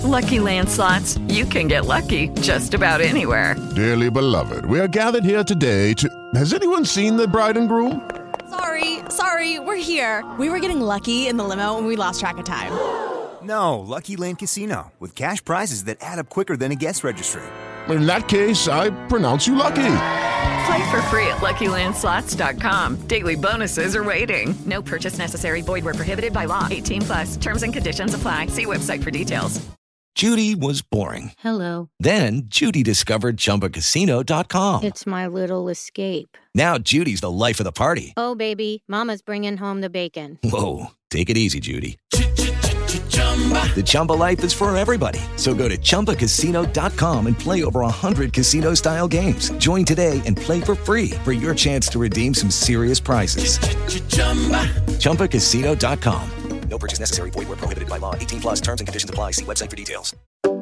Lucky Land Slots, you can get lucky just about anywhere. Dearly beloved, we are gathered here today to... Has anyone seen the bride and groom? Sorry, we're here. We were getting lucky in the limo and we lost track of time. No, Lucky Land Casino, with cash prizes that add up quicker than a guest registry. In that case, I pronounce you lucky. Play for free at LuckyLandSlots.com. Daily bonuses are waiting. No purchase necessary. Void where prohibited by law. 18+. Terms and conditions apply. See website for details. Judy was boring. Hello. Then Judy discovered ChumbaCasino.com. It's my little escape. Now Judy's the life of the party. Oh, baby, mama's bringing home the bacon. Whoa, take it easy, Judy. The Chumba life is for everybody. So go to ChumbaCasino.com and play over 100 casino-style games. Join today and play for free for your chance to redeem some serious prizes. ChumbaCasino.com. No purchase necessary. Void where prohibited by law. 18+. Terms and conditions apply. See website for details.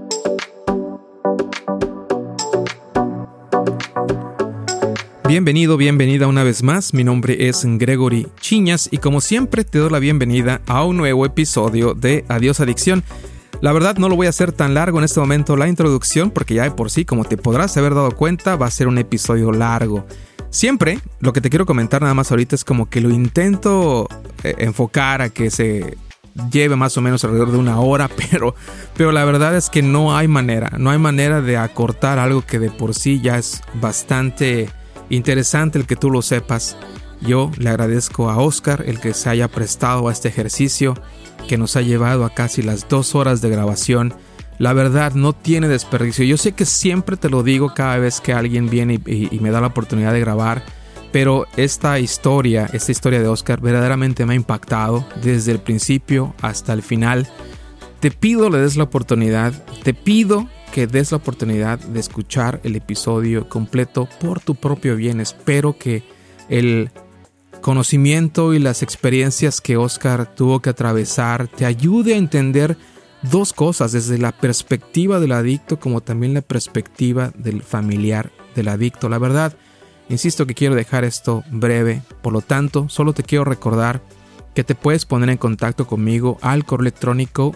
Bienvenida una vez más. Mi nombre es Gregory Chiñas y como siempre te doy la bienvenida a un nuevo episodio de Adiós Adicción. La verdad no lo voy a hacer tan largo en este momento la introducción porque ya de por sí, como te podrás haber dado cuenta, va a ser un episodio largo. Siempre lo que te quiero comentar nada más ahorita es como que lo intento enfocar a que se lleve más o menos alrededor de una hora, pero la verdad es que no hay manera de acortar algo que de por sí ya es bastante interesante el que tú lo sepas. Yo le agradezco a Oscar el que se haya prestado a este ejercicio que nos ha llevado a casi las 2 horas de grabación. La verdad no tiene desperdicio. Yo sé que siempre te lo digo cada vez que alguien viene y me da la oportunidad de grabar, pero esta historia de Oscar verdaderamente me ha impactado desde el principio hasta el final. Te pido le des la oportunidad, te pido que des la oportunidad de escuchar el episodio completo por tu propio bien. Espero que el conocimiento y las experiencias que Oscar tuvo que atravesar te ayude a entender dos cosas, desde la perspectiva del adicto como también la perspectiva del familiar del adicto. La verdad, insisto que quiero dejar esto breve, por lo tanto, solo te quiero recordar que te puedes poner en contacto conmigo al correo electrónico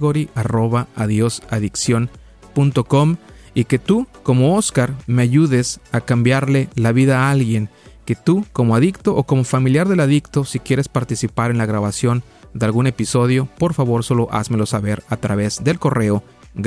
gregory@adiosadiccion.com y que tú, como Oscar, me ayudes a cambiarle la vida a alguien, que tú, como adicto o como familiar del adicto, si quieres participar en la grabación de algún episodio, por favor solo házmelo saber a través del correo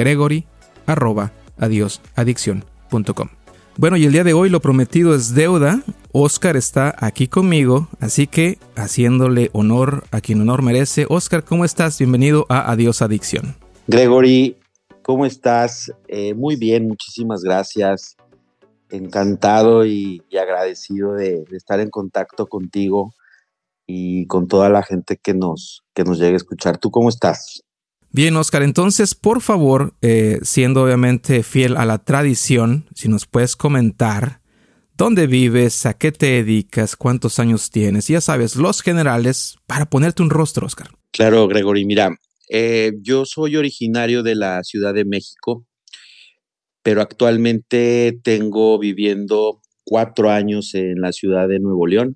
gregory@adiosadiccion.com. Bueno, y el día de hoy lo prometido es deuda. Oscar está aquí conmigo, así que haciéndole honor a quien honor merece. Oscar, ¿cómo estás? Bienvenido a Adiós Adicción. Gregory, ¿cómo estás? Muy bien, muchísimas gracias. Encantado y agradecido de estar en contacto contigo y con toda la gente que nos llegue a escuchar. ¿Tú cómo estás? Bien, Oscar, entonces, por favor, siendo obviamente fiel a la tradición, si nos puedes comentar dónde vives, a qué te dedicas, cuántos años tienes, ya sabes, los generales, para ponerte un rostro, Oscar. Claro, Gregory, mira, yo soy originario de la Ciudad de México, pero actualmente tengo viviendo 4 años en la ciudad de Nuevo León,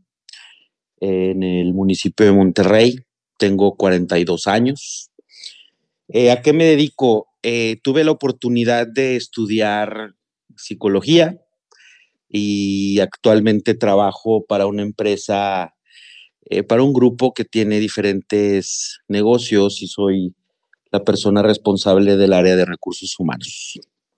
en el municipio de Monterrey. Tengo 42 años. ¿A qué me dedico? Tuve la oportunidad de estudiar psicología y actualmente trabajo para una empresa, para un grupo que tiene diferentes negocios y soy la persona responsable del área de recursos humanos.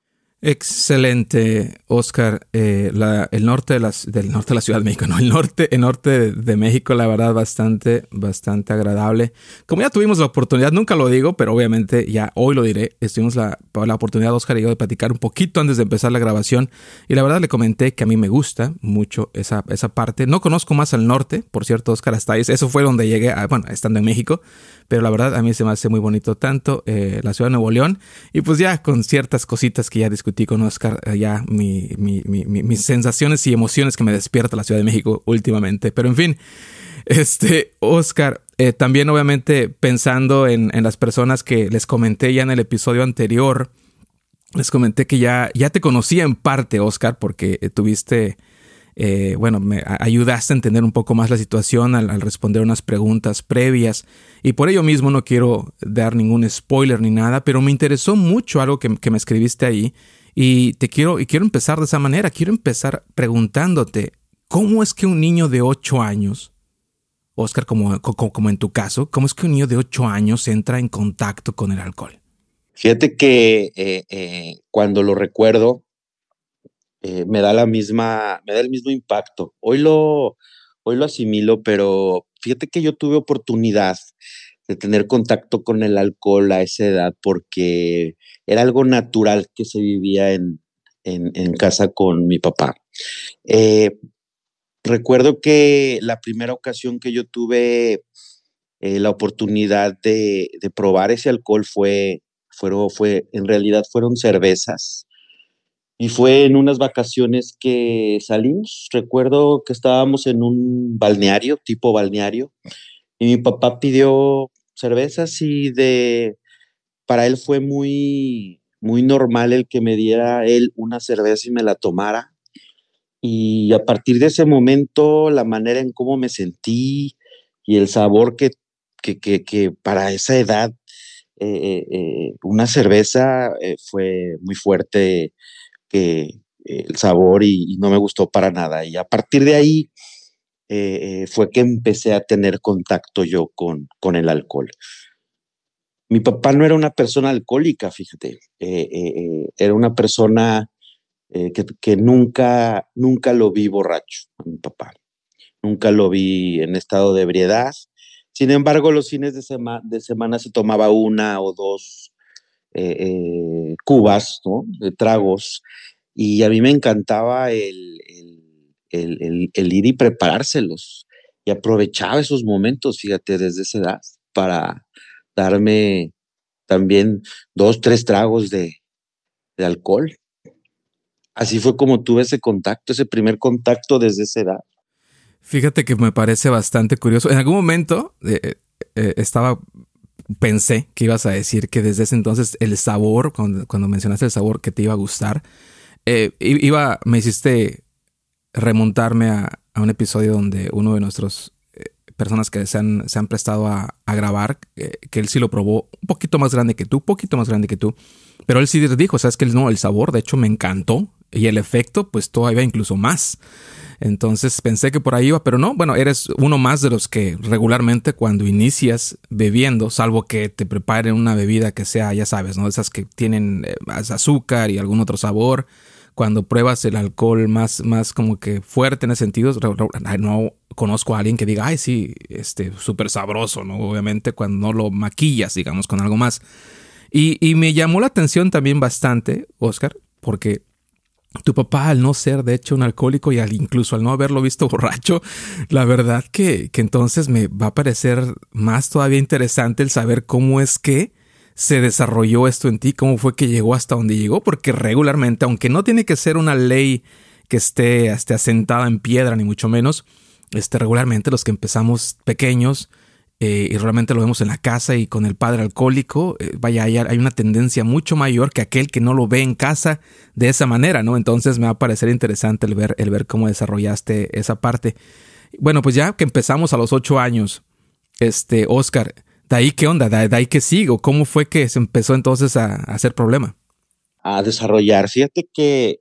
Excelente, Oscar. El norte de la Ciudad de México, no, el norte de México, la verdad, bastante agradable. Como ya tuvimos la oportunidad, nunca lo digo, pero obviamente ya hoy lo diré, tuvimos la oportunidad, Oscar y yo, de platicar un poquito antes de empezar la grabación, y la verdad le comenté que a mí me gusta mucho esa parte. No conozco más al norte, por cierto, Oscar, hasta ahí, eso fue donde llegué, estando en México, pero la verdad a mí se me hace muy bonito tanto la ciudad de Nuevo León, y pues ya con ciertas cositas que ya discutí con Oscar, ya mis sensaciones y emociones que me despierta la Ciudad de México últimamente. Pero en fin, Oscar, también obviamente pensando en las personas que les comenté ya en el episodio anterior, les comenté que ya te conocía en parte, Oscar, porque tuviste Bueno, me ayudaste a entender un poco más la situación al responder unas preguntas previas, y por ello mismo no quiero dar ningún spoiler ni nada, pero me interesó mucho algo que me escribiste ahí, y quiero empezar de esa manera. Quiero empezar preguntándote, ¿cómo es que un niño de 8 años, Oscar, como en tu caso, cómo es que un niño de 8 años entra en contacto con el alcohol? Fíjate que cuando lo recuerdo, me da el mismo impacto. Hoy lo asimilo, pero fíjate que yo tuve oportunidad de tener contacto con el alcohol a esa edad porque era algo natural que se vivía en casa con mi papá. Eh, Recuerdo que la primera ocasión que yo tuve la oportunidad de probar ese alcohol en realidad fueron cervezas. Y fue en unas vacaciones que salimos. Recuerdo que estábamos en un balneario, tipo balneario, y mi papá pidió cervezas para él fue muy, muy normal el que me diera él una cerveza y me la tomara. Y a partir de ese momento, la manera en cómo me sentí y el sabor que para esa edad, una cerveza fue muy fuerte que el sabor y no me gustó para nada. Y a partir de ahí fue que empecé a tener contacto yo con el alcohol. Mi papá no era una persona alcohólica, fíjate. Era una persona que nunca lo vi borracho, a mi papá. Nunca lo vi en estado de ebriedad. Sin embargo, los fines de semana se tomaba una o dos cubas, ¿no? De tragos, y a mí me encantaba el ir y preparárselos, y aprovechaba esos momentos, fíjate, desde esa edad, para darme también 2, 3 tragos de alcohol. Así fue como tuve ese primer contacto desde esa edad. Fíjate que me parece bastante curioso. En algún momento pensé que ibas a decir que desde ese entonces el sabor, cuando mencionaste el sabor que te iba a gustar, me hiciste remontarme a un episodio donde uno de nuestros personas que se han prestado a grabar, que él sí lo probó un poquito más grande que tú, pero él sí dijo, sabes que el sabor de hecho me encantó y el efecto pues todavía incluso más. Entonces pensé que por ahí iba, pero no, bueno, eres uno más de los que regularmente cuando inicias bebiendo, salvo que te preparen una bebida que sea, ya sabes, ¿no? Esas que tienen azúcar y algún otro sabor, cuando pruebas el alcohol más como que fuerte en ese sentido, no conozco a alguien que diga, ay, sí, súper sabroso, ¿no? Obviamente cuando no lo maquillas, digamos, con algo más. Y me llamó la atención también bastante, Oscar, porque tu papá, al no ser de hecho un alcohólico y incluso al no haberlo visto borracho, la verdad que entonces me va a parecer más todavía interesante el saber cómo es que se desarrolló esto en ti, cómo fue que llegó hasta donde llegó, porque regularmente, aunque no tiene que ser una ley que esté asentada en piedra, ni mucho menos, regularmente los que empezamos pequeños y realmente lo vemos en la casa y con el padre alcohólico, hay una tendencia mucho mayor que aquel que no lo ve en casa de esa manera, ¿no? Entonces me va a parecer interesante el ver cómo desarrollaste esa parte. Bueno, pues ya que empezamos a los 8 años, Oscar, ¿de ahí qué onda? ¿De ahí qué sigo? ¿Cómo fue que se empezó entonces a hacer problema? A desarrollar. Fíjate que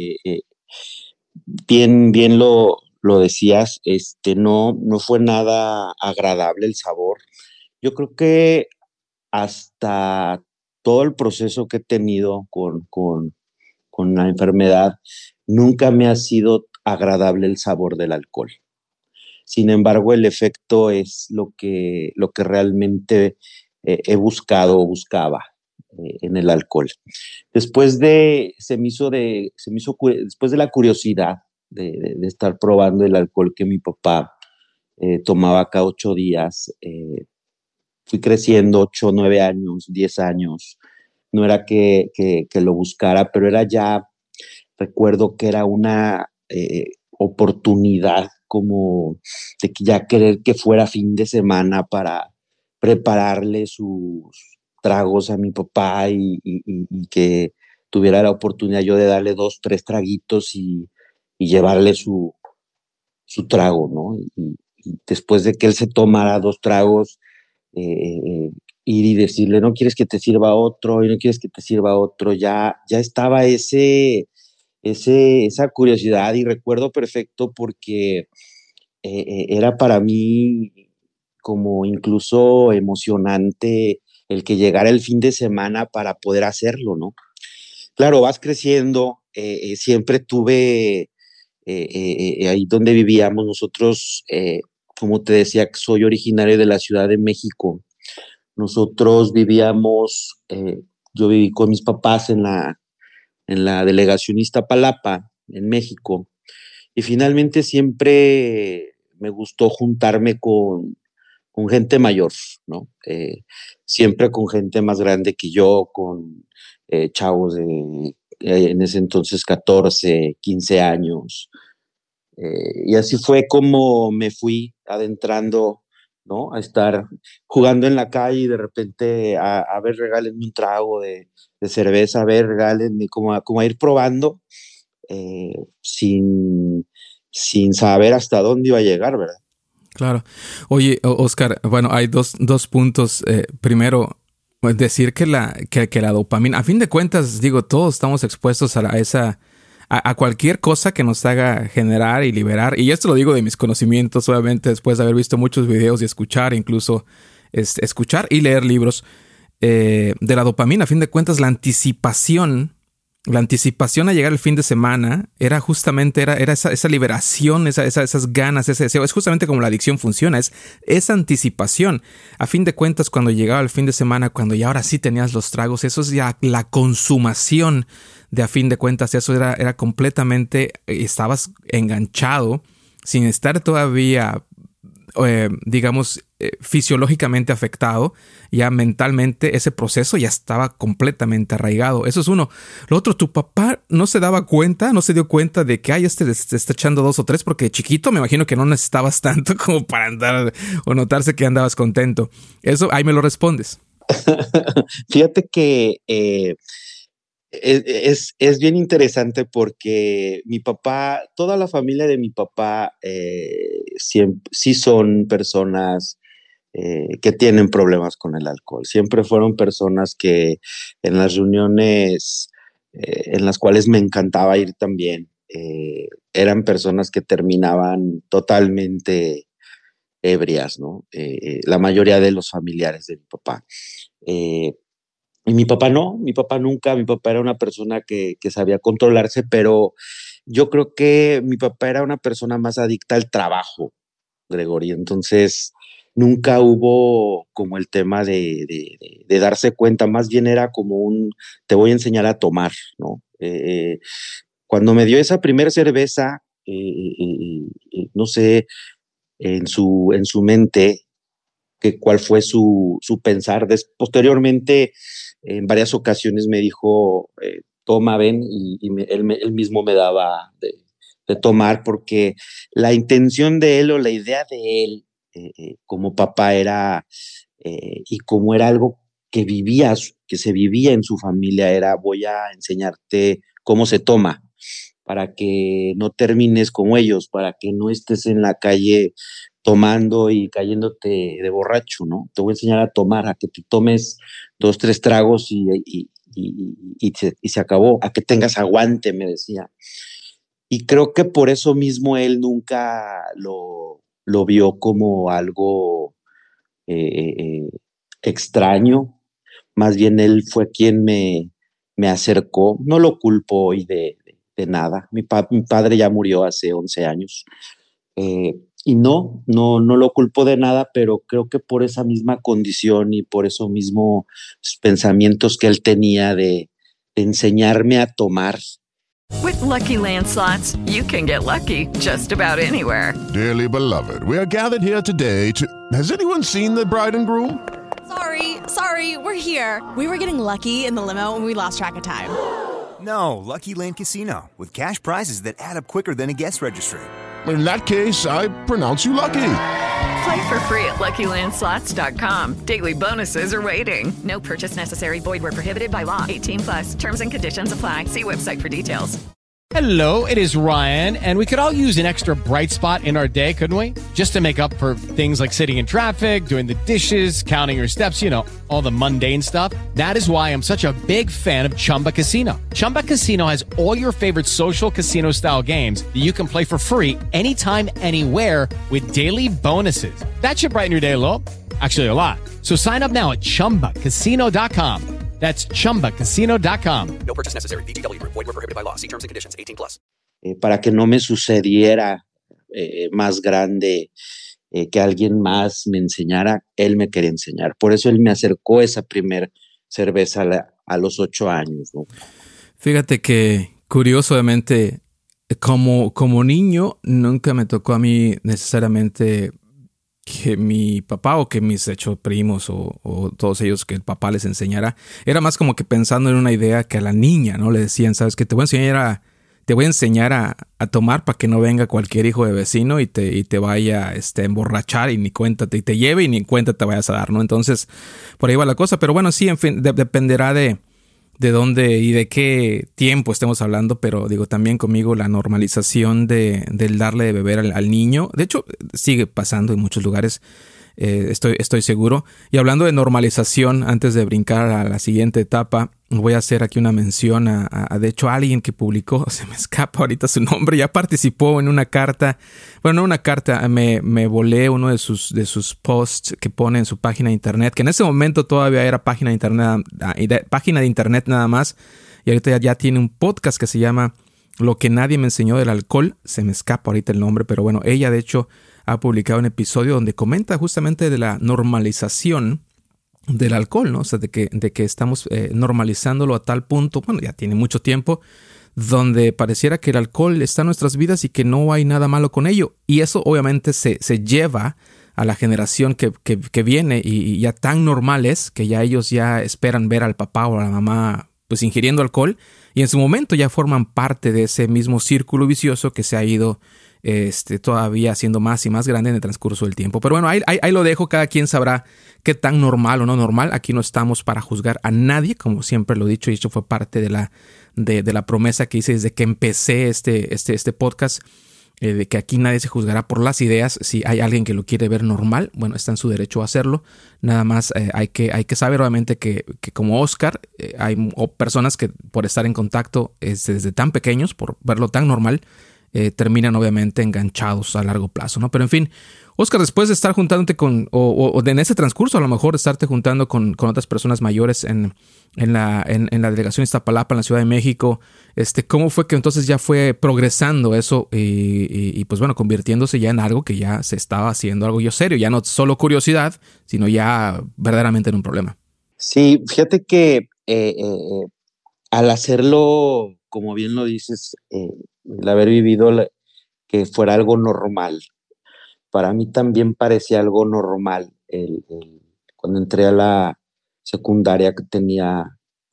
bien lo decías, no fue nada agradable el sabor. Yo creo que hasta todo el proceso que he tenido con la enfermedad, nunca me ha sido agradable el sabor del alcohol. Sin embargo, el efecto es lo que realmente he buscado o buscaba en el alcohol. Después de la curiosidad de estar probando el alcohol que mi papá tomaba cada 8 días, fui creciendo 8, 9 años, 10 años. No era que lo buscara, pero recuerdo que era una oportunidad como de que ya querer que fuera fin de semana para prepararle sus tragos a mi papá y que tuviera la oportunidad yo de darle 2, 3 traguitos y llevarle su su trago, ¿no? Y después de que él se tomara 2 tragos, ir y decirle, no quieres que te sirva otro, y no quieres que te sirva otro, ya estaba esa curiosidad, y recuerdo perfecto porque era para mí como incluso emocionante el que llegara el fin de semana para poder hacerlo, ¿no? Claro, vas creciendo, siempre tuve ahí donde vivíamos nosotros, como te decía, soy originario de la Ciudad de México. Nosotros vivíamos, yo viví con mis papás en la delegación Iztapalapa, en México, y finalmente siempre me gustó juntarme con gente mayor, ¿no? Siempre con gente más grande que yo, con chavos de en ese entonces 14, 15 años. Y así fue como me fui adentrando, ¿no? A estar jugando en la calle y de repente a ver, regálenme un trago de cerveza, a ver, regálenme, como a ir probando, sin saber hasta dónde iba a llegar, ¿verdad? Claro. Oye, Oscar, bueno, hay dos puntos. Primero, decir que la dopamina, a fin de cuentas, digo, todos estamos expuestos a cualquier cosa que nos haga generar y liberar. Y esto lo digo de mis conocimientos, obviamente, después de haber visto muchos videos y escuchar, incluso escuchar y leer libros de la dopamina. A fin de cuentas, la anticipación a llegar el fin de semana era justamente era esa liberación, esas ganas, ese deseo. Es justamente como la adicción funciona, es esa anticipación. A fin de cuentas, cuando llegaba el fin de semana, cuando ya ahora sí tenías los tragos, eso es ya la consumación de, a fin de cuentas, eso era completamente, estabas enganchado sin estar todavía, digamos, fisiológicamente afectado. Ya mentalmente ese proceso ya estaba completamente arraigado. Eso es uno. Lo otro, tu papá no se dio cuenta de que te está echando 2 o 3, porque chiquito me imagino que no necesitabas tanto como para andar o notarse que andabas contento. Eso ahí me lo respondes. Fíjate que es bien interesante porque mi papá, toda la familia de mi papá, sí son personas que tienen problemas con el alcohol. Siempre fueron personas que en las reuniones en las cuales me encantaba ir también, eran personas que terminaban totalmente ebrias, ¿no? La mayoría de los familiares de mi papá. Y mi papá no, mi papá nunca, mi papá era una persona que sabía controlarse, pero yo creo que mi papá era una persona más adicta al trabajo, Gregory. Entonces, nunca hubo como el tema de darse cuenta, más bien era como te voy a enseñar a tomar, ¿no? Cuando me dio esa primera cerveza, no sé, en su mente, cuál fue su pensar. Posteriormente, en varias ocasiones me dijo, toma, ven, y él mismo me daba de tomar, porque la intención de él o la idea de él como papá era, y como era algo que se vivía en su familia, era: voy a enseñarte cómo se toma, para que no termines como ellos, para que no estés en la calle tomando y cayéndote de borracho, ¿no? Te voy a enseñar a tomar, a que te tomes 2, 3 tragos y se acabó, a que tengas aguante, me decía. Y creo que por eso mismo él nunca lo vio como algo extraño. Más bien él fue quien me acercó. No lo culpo hoy de nada. Mi padre ya murió hace 11 años. Y no lo culpo de nada, pero creo que por esa misma condición y por esos mismos pensamientos que él tenía de enseñarme a tomar. With Lucky Land Slots, you can get lucky just about anywhere. Dearly beloved, we are gathered here today to... Has anyone seen the bride and groom? Sorry, we're here. We were getting lucky in the limo and we lost track of time. No, Lucky Land Casino, with cash prizes that add up quicker than a guest registry. In that case, I pronounce you lucky. Play for free at LuckyLandSlots.com. Daily bonuses are waiting. No purchase necessary. Void where prohibited by law. 18+. Terms and conditions apply. See website for details. Hello, it is Ryan, and we could all use an extra bright spot in our day, couldn't we? Just to make up for things like sitting in traffic, doing the dishes, counting your steps, you know, all the mundane stuff. That is why I'm such a big fan of Chumba Casino. Chumba Casino has all your favorite social casino-style games that you can play for free anytime, anywhere with daily bonuses. That should brighten your day a little. Actually, a lot. So sign up now at ChumbaCasino.com. That's ChumbaCasino.com. No purchase necessary. VGW Group. Void where prohibited by law. See terms and conditions. 18+. Para que no me sucediera más grande, que alguien más me enseñara, él me quería enseñar. Por eso él me acercó esa primer cerveza a los 8 años, ¿no? Fíjate que, curiosamente, como niño, nunca me tocó a mí necesariamente que mi papá o que mis primos o todos ellos, que el papá les enseñara. Era más como que pensando en una idea que a la niña, ¿no? Le decían, ¿sabes qué? Te voy a enseñar a tomar para que no venga cualquier hijo de vecino y te vaya a emborrachar y ni cuenta y te lleve y ni cuenta te vayas a dar, ¿no? Entonces, por ahí va la cosa. Pero bueno, sí, en fin, dependerá de dónde y de qué tiempo estemos hablando, pero digo, también conmigo la normalización del darle de beber al niño, de hecho, sigue pasando en muchos lugares, estoy seguro. Y hablando de normalización, antes de brincar a la siguiente etapa, voy a hacer aquí una mención de hecho, a alguien que publicó, se me escapa ahorita su nombre, ya participó en una carta, bueno, no una carta, me volé uno de sus posts que pone en su página de internet, que en ese momento todavía era página de internet nada más, y ahorita ya tiene un podcast que se llama Lo que nadie me enseñó del alcohol, se me escapa ahorita el nombre, pero bueno, ella de hecho ha publicado un episodio donde comenta justamente de la normalización del alcohol, ¿no? O sea, de que estamos normalizándolo a tal punto, bueno, ya tiene mucho tiempo, donde pareciera que el alcohol está en nuestras vidas y que no hay nada malo con ello. Y eso obviamente se lleva a la generación que viene y ya tan normal es que ya ellos ya esperan ver al papá o a la mamá pues ingiriendo alcohol y en su momento ya forman parte de ese mismo círculo vicioso que se ha ido todavía siendo más y más grande en el transcurso del tiempo. Pero bueno, ahí lo dejo, cada quien sabrá qué tan normal o no normal. Aquí no estamos para juzgar a nadie, como siempre lo he dicho, y esto fue parte de la promesa que hice desde que empecé este podcast, de que aquí nadie se juzgará por las ideas. Si hay alguien que lo quiere ver normal, bueno, está en su derecho a hacerlo. Nada más hay que saber obviamente que como Oscar, hay personas que por estar en contacto desde tan pequeños, por verlo tan normal, terminan obviamente enganchados a largo plazo, ¿no? Pero en fin, Oscar, después de estar juntándote o en ese transcurso, a lo mejor estarte juntando con otras personas mayores en la delegación Iztapalapa, en la Ciudad de México, ¿cómo fue que entonces ya fue progresando eso y pues bueno, convirtiéndose ya en algo que ya se estaba haciendo algo yo serio, ya no solo curiosidad, sino ya verdaderamente en un problema? Sí, fíjate que al hacerlo, como bien lo dices, el haber vivido que fuera algo normal, para mí también parecía algo normal cuando entré a la secundaria, que tenía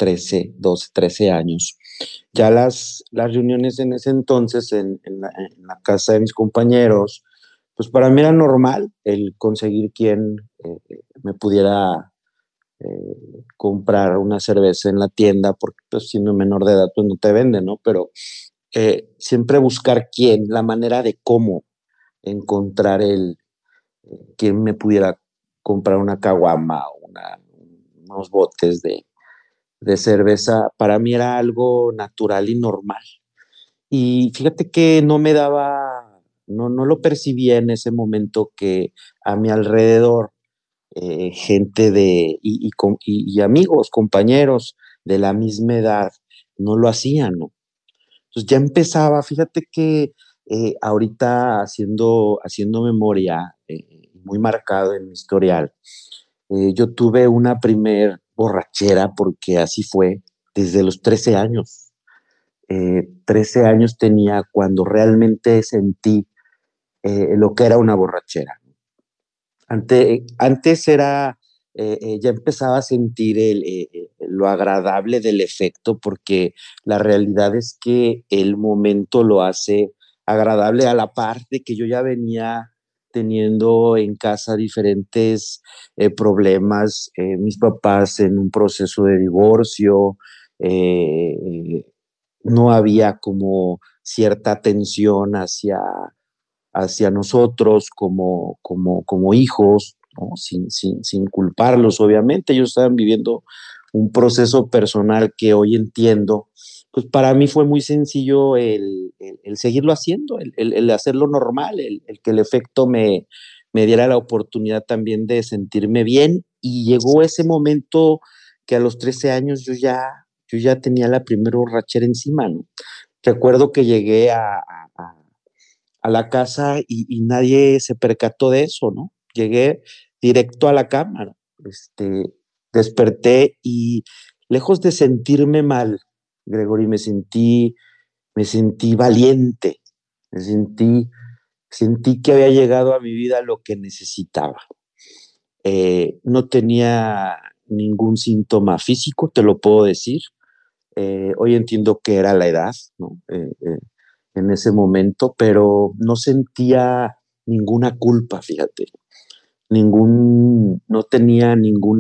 13 años. Ya las reuniones en ese entonces en la casa de mis compañeros, pues para mí era normal el conseguir quien me pudiera comprar una cerveza en la tienda, porque pues siendo menor de edad pues no te venden, ¿no? Pero siempre buscar la manera de cómo encontrar quien me pudiera comprar una caguama o unos botes de cerveza, para mí era algo natural y normal. Y fíjate que no lo percibía en ese momento, que a mi alrededor gente y amigos, compañeros de la misma edad no lo hacían, ¿no? Entonces ya empezaba, fíjate que ahorita haciendo memoria, muy marcado en mi historial, yo tuve una primer borrachera, porque así fue, desde los 13 años. 13 años tenía cuando realmente sentí lo que era una borrachera. Antes era, ya empezaba a sentir lo agradable del efecto, porque la realidad es que el momento lo hace agradable, a la par de que yo ya venía teniendo en casa diferentes problemas, mis papás en un proceso de divorcio, no había como cierta tensión hacia nosotros como hijos, ¿no? Sin culparlos, obviamente. Ellos estaban viviendo un proceso personal que hoy entiendo. Pues para mí fue muy sencillo el seguirlo haciendo, el hacerlo normal, el que el efecto me diera la oportunidad también de sentirme bien. Y llegó ese momento que a los 13 años yo ya tenía la primera borrachera encima, ¿no? Recuerdo que llegué a la casa y nadie se percató de eso, ¿no? Llegué directo a la cama, ¿no? Desperté y lejos de sentirme mal, Gregory, me sentí valiente, sentí que había llegado a mi vida lo que necesitaba. No tenía ningún síntoma físico, te lo puedo decir. Hoy entiendo que era la edad, ¿no? En ese momento, pero no sentía ninguna culpa, fíjate. No tenía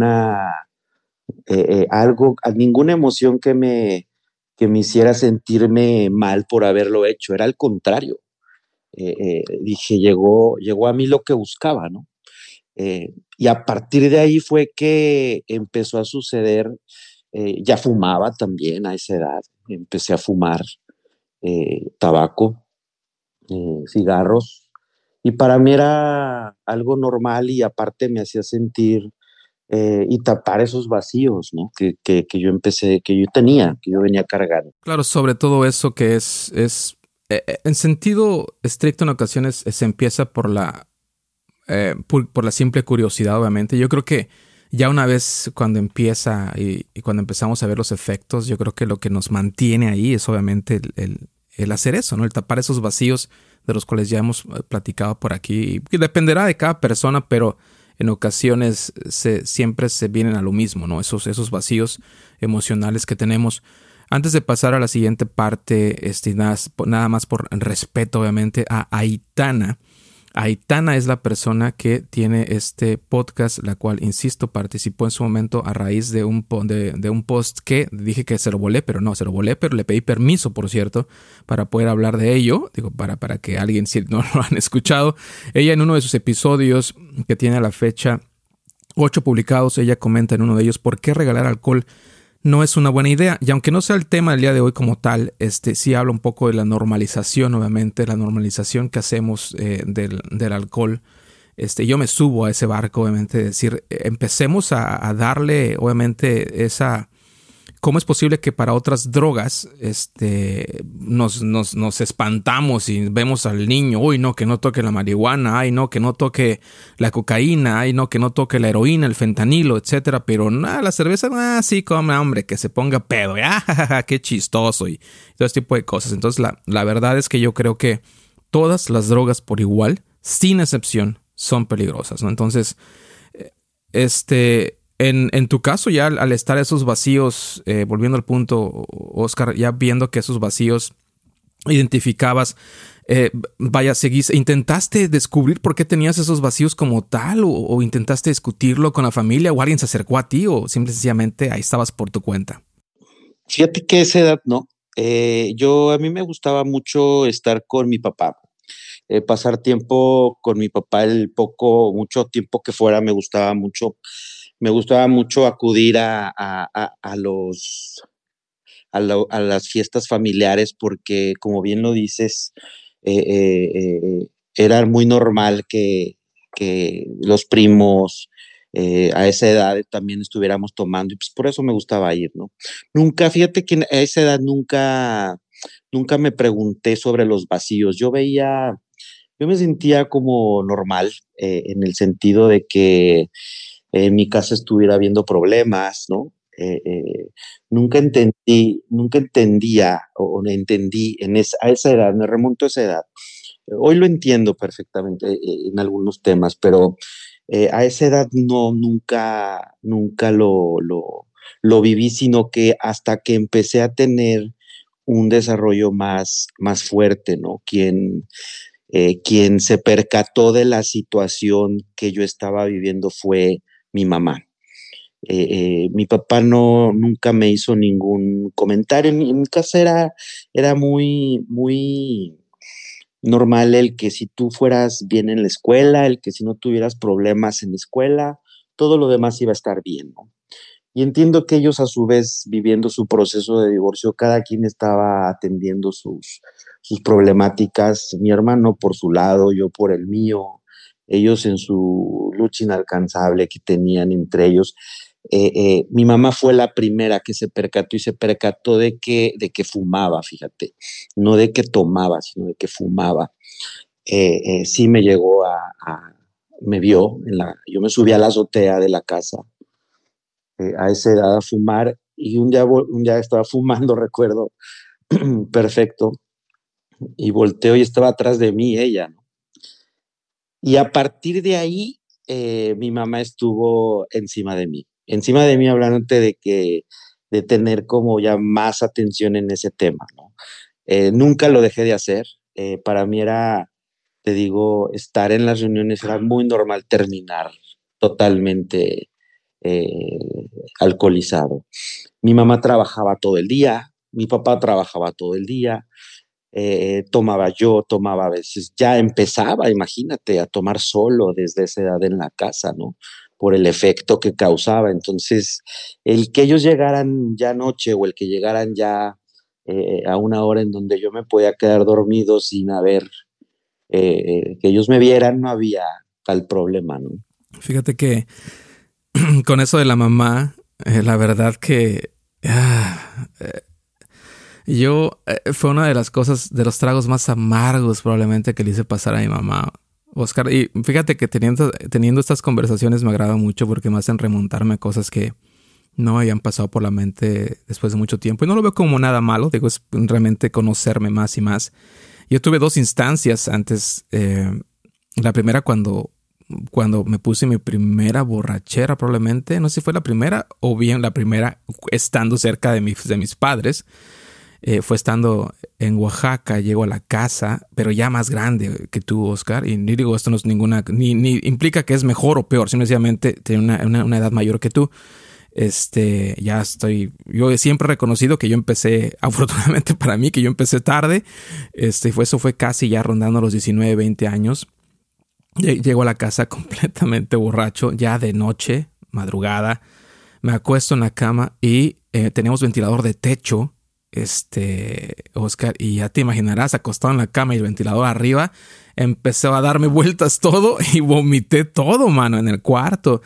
ninguna emoción que me hiciera sentirme mal por haberlo hecho. Era al contrario. Dije, llegó a mí lo que buscaba, ¿no? Y a partir de ahí fue que empezó a suceder. Ya fumaba también a esa edad. Empecé a fumar tabaco, cigarros, y para mí era algo normal y aparte me hacía sentir y tapar esos vacíos, ¿no? Que yo tenía, que yo venía cargando. Claro, sobre todo eso que es en sentido estricto en ocasiones se empieza por por la simple curiosidad, obviamente. Yo creo que ya una vez cuando empieza y cuando empezamos a ver los efectos, yo creo que lo que nos mantiene ahí es obviamente el hacer eso, ¿no? El tapar esos vacíos de los cuales ya hemos platicado por aquí. Y dependerá de cada persona, pero en ocasiones siempre se vienen a lo mismo, ¿no? Esos vacíos emocionales que tenemos. Antes de pasar a la siguiente parte, nada más por respeto, obviamente, a Aitana. Aitana es la persona que tiene este podcast, la cual, insisto, participó en su momento a raíz de un post que dije que se lo volé, pero no, se lo volé, pero le pedí permiso, por cierto, para poder hablar de ello, digo, para que alguien, si no lo han escuchado. Ella en uno de sus episodios, que tiene a la fecha 8 publicados, ella comenta en uno de ellos por qué regalar alcohol no es una buena idea. Y aunque no sea el tema del día de hoy como tal, sí habla un poco de la normalización, obviamente, la normalización que hacemos del alcohol. Yo me subo a ese barco, obviamente, decir, empecemos a darle, obviamente, ¿cómo es posible que para otras drogas nos espantamos y vemos al niño, uy, no, que no toque la marihuana, ay, no, que no toque la cocaína, ay, no, que no toque la heroína, el fentanilo, etcétera, pero nada, la cerveza, sí, come, hombre, que se ponga pedo, qué chistoso y todo este tipo de cosas. Entonces, la verdad es que yo creo que todas las drogas por igual, sin excepción, son peligrosas, ¿no? Entonces, En tu caso, ya al estar esos vacíos, volviendo al punto, Oscar, ya viendo que esos vacíos identificabas, ¿intentaste descubrir por qué tenías esos vacíos como tal? ¿O intentaste discutirlo con la familia? ¿O alguien se acercó a ti? ¿O simple y sencillamente ahí estabas por tu cuenta? Fíjate que a esa edad no. A mí me gustaba mucho estar con mi papá. Pasar tiempo con mi papá, mucho tiempo que fuera, me gustaba mucho. Me gustaba mucho acudir a las fiestas familiares porque, como bien lo dices, era muy normal que los primos a esa edad también estuviéramos tomando y pues por eso me gustaba ir, ¿no? Fíjate que a esa edad nunca me pregunté sobre los vacíos. Yo me sentía como normal en el sentido de que en mi casa estuviera habiendo problemas, ¿no? Nunca entendía o entendí a esa edad, me remonto a esa edad. Hoy lo entiendo perfectamente en algunos temas, pero a esa edad nunca lo viví, sino que hasta que empecé a tener un desarrollo más fuerte, ¿no? Quien se percató de la situación que yo estaba viviendo fue mi mamá. Mi papá nunca me hizo ningún comentario. En mi casa era muy, muy normal el que si tú fueras bien en la escuela, el que si no tuvieras problemas en la escuela, todo lo demás iba a estar bien, ¿no? Y entiendo que ellos a su vez, viviendo su proceso de divorcio, cada quien estaba atendiendo sus problemáticas, mi hermano por su lado, yo por el mío, ellos en su lucha inalcanzable que tenían entre ellos. Mi mamá fue la primera que se percató de que fumaba, fíjate, no de que tomaba, sino de que fumaba. Sí me llegó me vio, yo me subí a la azotea de la casa a esa edad a fumar y un día estaba fumando, recuerdo, perfecto, y volteo y estaba atrás de mí ella, ¿no? Y a partir de ahí, mi mamá estuvo encima de mí hablándote de tener como ya más atención en ese tema, ¿no? Nunca lo dejé de hacer. Para mí era, te digo, estar en las reuniones era muy normal terminar totalmente alcoholizado. Mi mamá trabajaba todo el día, mi papá trabajaba todo el día, tomaba a veces, ya empezaba, imagínate, a tomar solo desde esa edad en la casa, ¿no? Por el efecto que causaba. Entonces, el que ellos llegaran ya noche o el que llegaran ya a una hora en donde yo me podía quedar dormido sin haber que ellos me vieran, no había tal problema, ¿no? Fíjate que con eso de la mamá, la verdad que fue una de las cosas, de los tragos más amargos probablemente que le hice pasar a mi mamá, Oscar. Y fíjate que teniendo estas conversaciones me agrada mucho porque me hacen remontarme a cosas que no me habían pasado por la mente después de mucho tiempo. Y no lo veo como nada malo, digo, es realmente conocerme más y más. Yo tuve 2 instancias antes. La primera cuando me puse mi primera borrachera, probablemente, no sé si fue la primera o bien la primera estando cerca de mis padres. Fue estando en Oaxaca, llego a la casa, pero ya más grande que tú, Oscar, y ni digo, esto no es ninguna, ni implica que es mejor o peor, simplemente tiene una edad mayor que tú. Yo siempre he reconocido que yo empecé, afortunadamente para mí, que yo empecé tarde. Eso fue casi ya rondando los 19, 20 años. Llego a la casa completamente borracho, ya de noche, madrugada. Me acuesto en la cama y tenemos ventilador de techo, Oscar, y ya te imaginarás, acostado en la cama y el ventilador arriba, empezó a darme vueltas todo y vomité todo, mano, en el cuarto.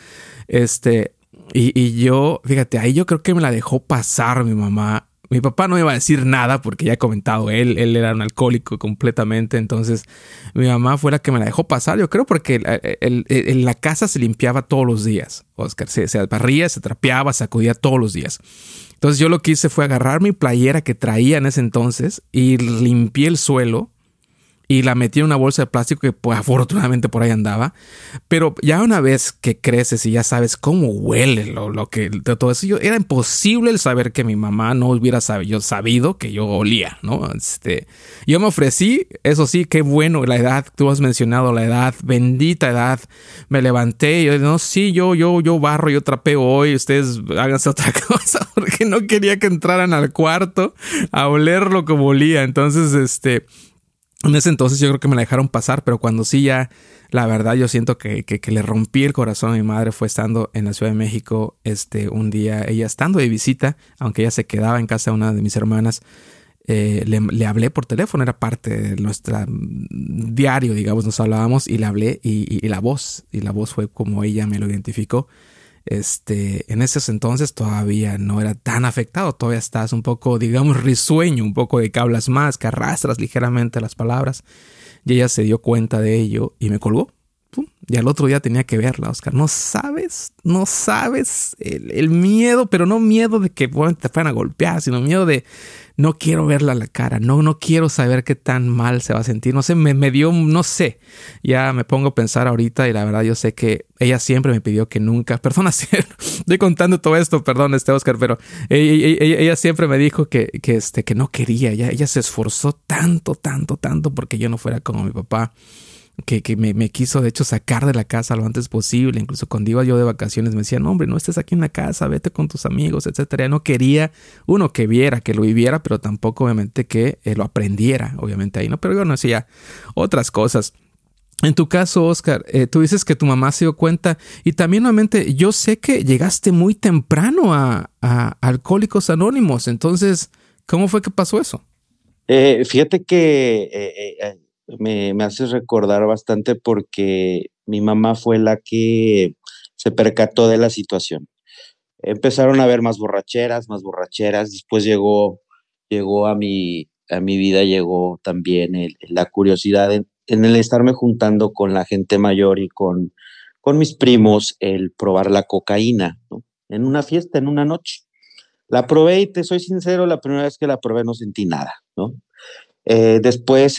Y yo, fíjate, ahí yo creo que me la dejó pasar mi mamá. Mi papá no iba a decir nada porque ya he comentado, él era un alcohólico completamente. Entonces mi mamá fue la que me la dejó pasar, yo creo, porque la casa se limpiaba todos los días, Oscar. Se barría, se trapeaba, se sacudía todos los días. Entonces yo lo que hice fue agarrar mi playera que traía en ese entonces y limpié el suelo y la metí en una bolsa de plástico que pues, afortunadamente por ahí andaba. Pero ya una vez que creces y ya sabes cómo huele todo eso, era imposible el saber que mi mamá no hubiera sabido que yo olía, ¿no? Yo me ofrecí, eso sí, qué bueno, la edad, tú has mencionado la edad, bendita edad. Me levanté y yo, no, sí, yo barro, yo trapeo hoy, ustedes háganse otra cosa, porque no quería que entraran al cuarto a olerlo como olía. Entonces, en ese entonces yo creo que me la dejaron pasar, pero cuando sí ya, la verdad yo siento que le rompí el corazón a mi madre fue estando en la Ciudad de México, un día, ella estando de visita, aunque ella se quedaba en casa de una de mis hermanas, le hablé por teléfono, era parte de nuestra diario, digamos, nos hablábamos y le hablé y la voz fue como ella me lo identificó. En esos entonces todavía no era tan afectado, todavía estás un poco, digamos, risueño, un poco de que hablas más, que arrastras ligeramente las palabras, y ella se dio cuenta de ello y me colgó. ¡Pum! Y al otro día tenía que verla, Oscar. No sabes el miedo, pero no miedo de que te fueran a golpear, sino miedo de no quiero verla a la cara, no quiero saber qué tan mal se va a sentir. No sé, me dio, no sé. Ya me pongo a pensar ahorita y la verdad yo sé que ella siempre me pidió que nunca, perdona, estoy contando todo esto, perdón, Oscar, pero ella siempre me dijo que no quería, ella se esforzó tanto porque yo no fuera como mi papá. que me quiso de hecho sacar de la casa lo antes posible. Incluso cuando iba yo de vacaciones me decía, no hombre, no estés aquí en la casa, vete con tus amigos, etcétera. Ya no quería uno que viera, que lo viviera, pero tampoco obviamente que lo aprendiera, obviamente ahí, ¿no? Pero yo no hacía otras cosas. En tu caso, Oscar, tú dices que tu mamá se dio cuenta y también nuevamente yo sé que llegaste muy temprano a Alcohólicos Anónimos. Entonces, ¿cómo fue que pasó eso? Fíjate que me haces recordar bastante porque mi mamá fue la que se percató de la situación. Empezaron a haber más borracheras, después llegó a mi vida, llegó también la curiosidad en el estarme juntando con la gente mayor y con mis primos, el probar la cocaína, ¿no? En una fiesta, en una noche. La probé y te soy sincero, la primera vez que la probé no sentí nada, ¿no? Después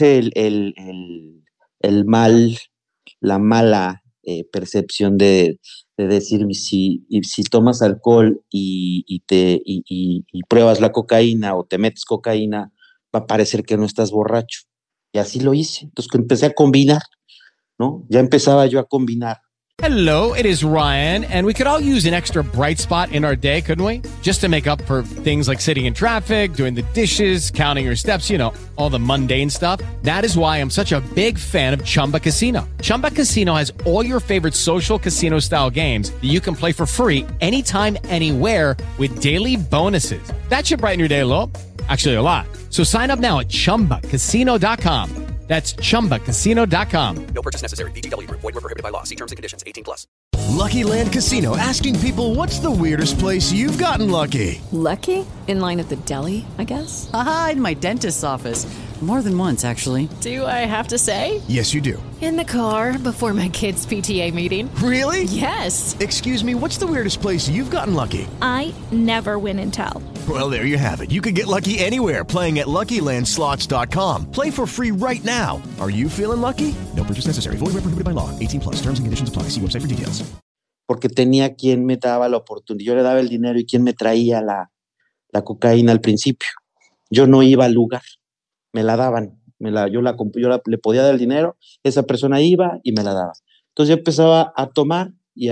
el mal, la mala percepción de decir si tomas alcohol y pruebas la cocaína o te metes cocaína, va a parecer que no estás borracho. Y así lo hice. Entonces empecé a combinar, ¿no? Ya empezaba yo a combinar. Hello, it is Ryan, and we could all use an extra bright spot in our day, couldn't we? Just to make up for things like sitting in traffic, doing the dishes, counting your steps, you know, all the mundane stuff. That is why I'm such a big fan of Chumba Casino. Chumba Casino has all your favorite social casino-style games that you can play for free anytime, anywhere with daily bonuses. That should brighten your day a little. Actually, a lot. So sign up now at ChumbaCasino.com. That's ChumbaCasino.com. No purchase necessary. VGW Group. Void where prohibited by law. See terms and conditions. 18+. Lucky Land Casino, asking people, what's the weirdest place you've gotten lucky? Lucky? In line at the deli, I guess? Aha, in my dentist's office. More than once, actually. Do I have to say? Yes, you do. In the car before my kids' PTA meeting. Really? Yes. Excuse me, what's the weirdest place you've gotten lucky? I never win and tell. Well, there you have it. You can get lucky anywhere, playing at LuckyLandSlots.com. Play for free right now. Are you feeling lucky? No purchase necessary. Void where prohibited by law. 18+. Terms and conditions apply. See website for details. Porque tenía quien me daba la oportunidad. Yo le daba el dinero y quien me traía la cocaína al principio. Yo no iba al lugar. Me la daban. Yo le podía dar el dinero, esa persona iba y me la daba. Entonces yo empezaba a tomar y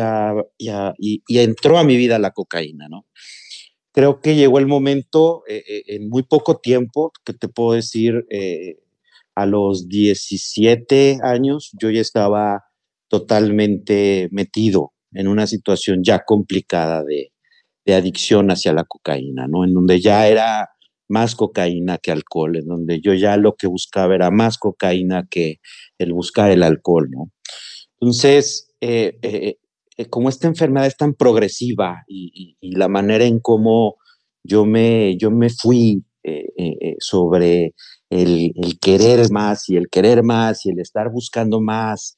entró a mi vida la cocaína, ¿no? Creo que llegó el momento, en muy poco tiempo, que te puedo decir, a los 17 años, yo ya estaba totalmente metido en una situación ya complicada de adicción hacia la cocaína, ¿no? En donde ya era más cocaína que alcohol, en donde yo ya lo que buscaba era más cocaína que el buscar el alcohol, ¿no? Entonces, como esta enfermedad es tan progresiva y la manera en cómo yo me fui sobre el querer más y el querer más y el estar buscando más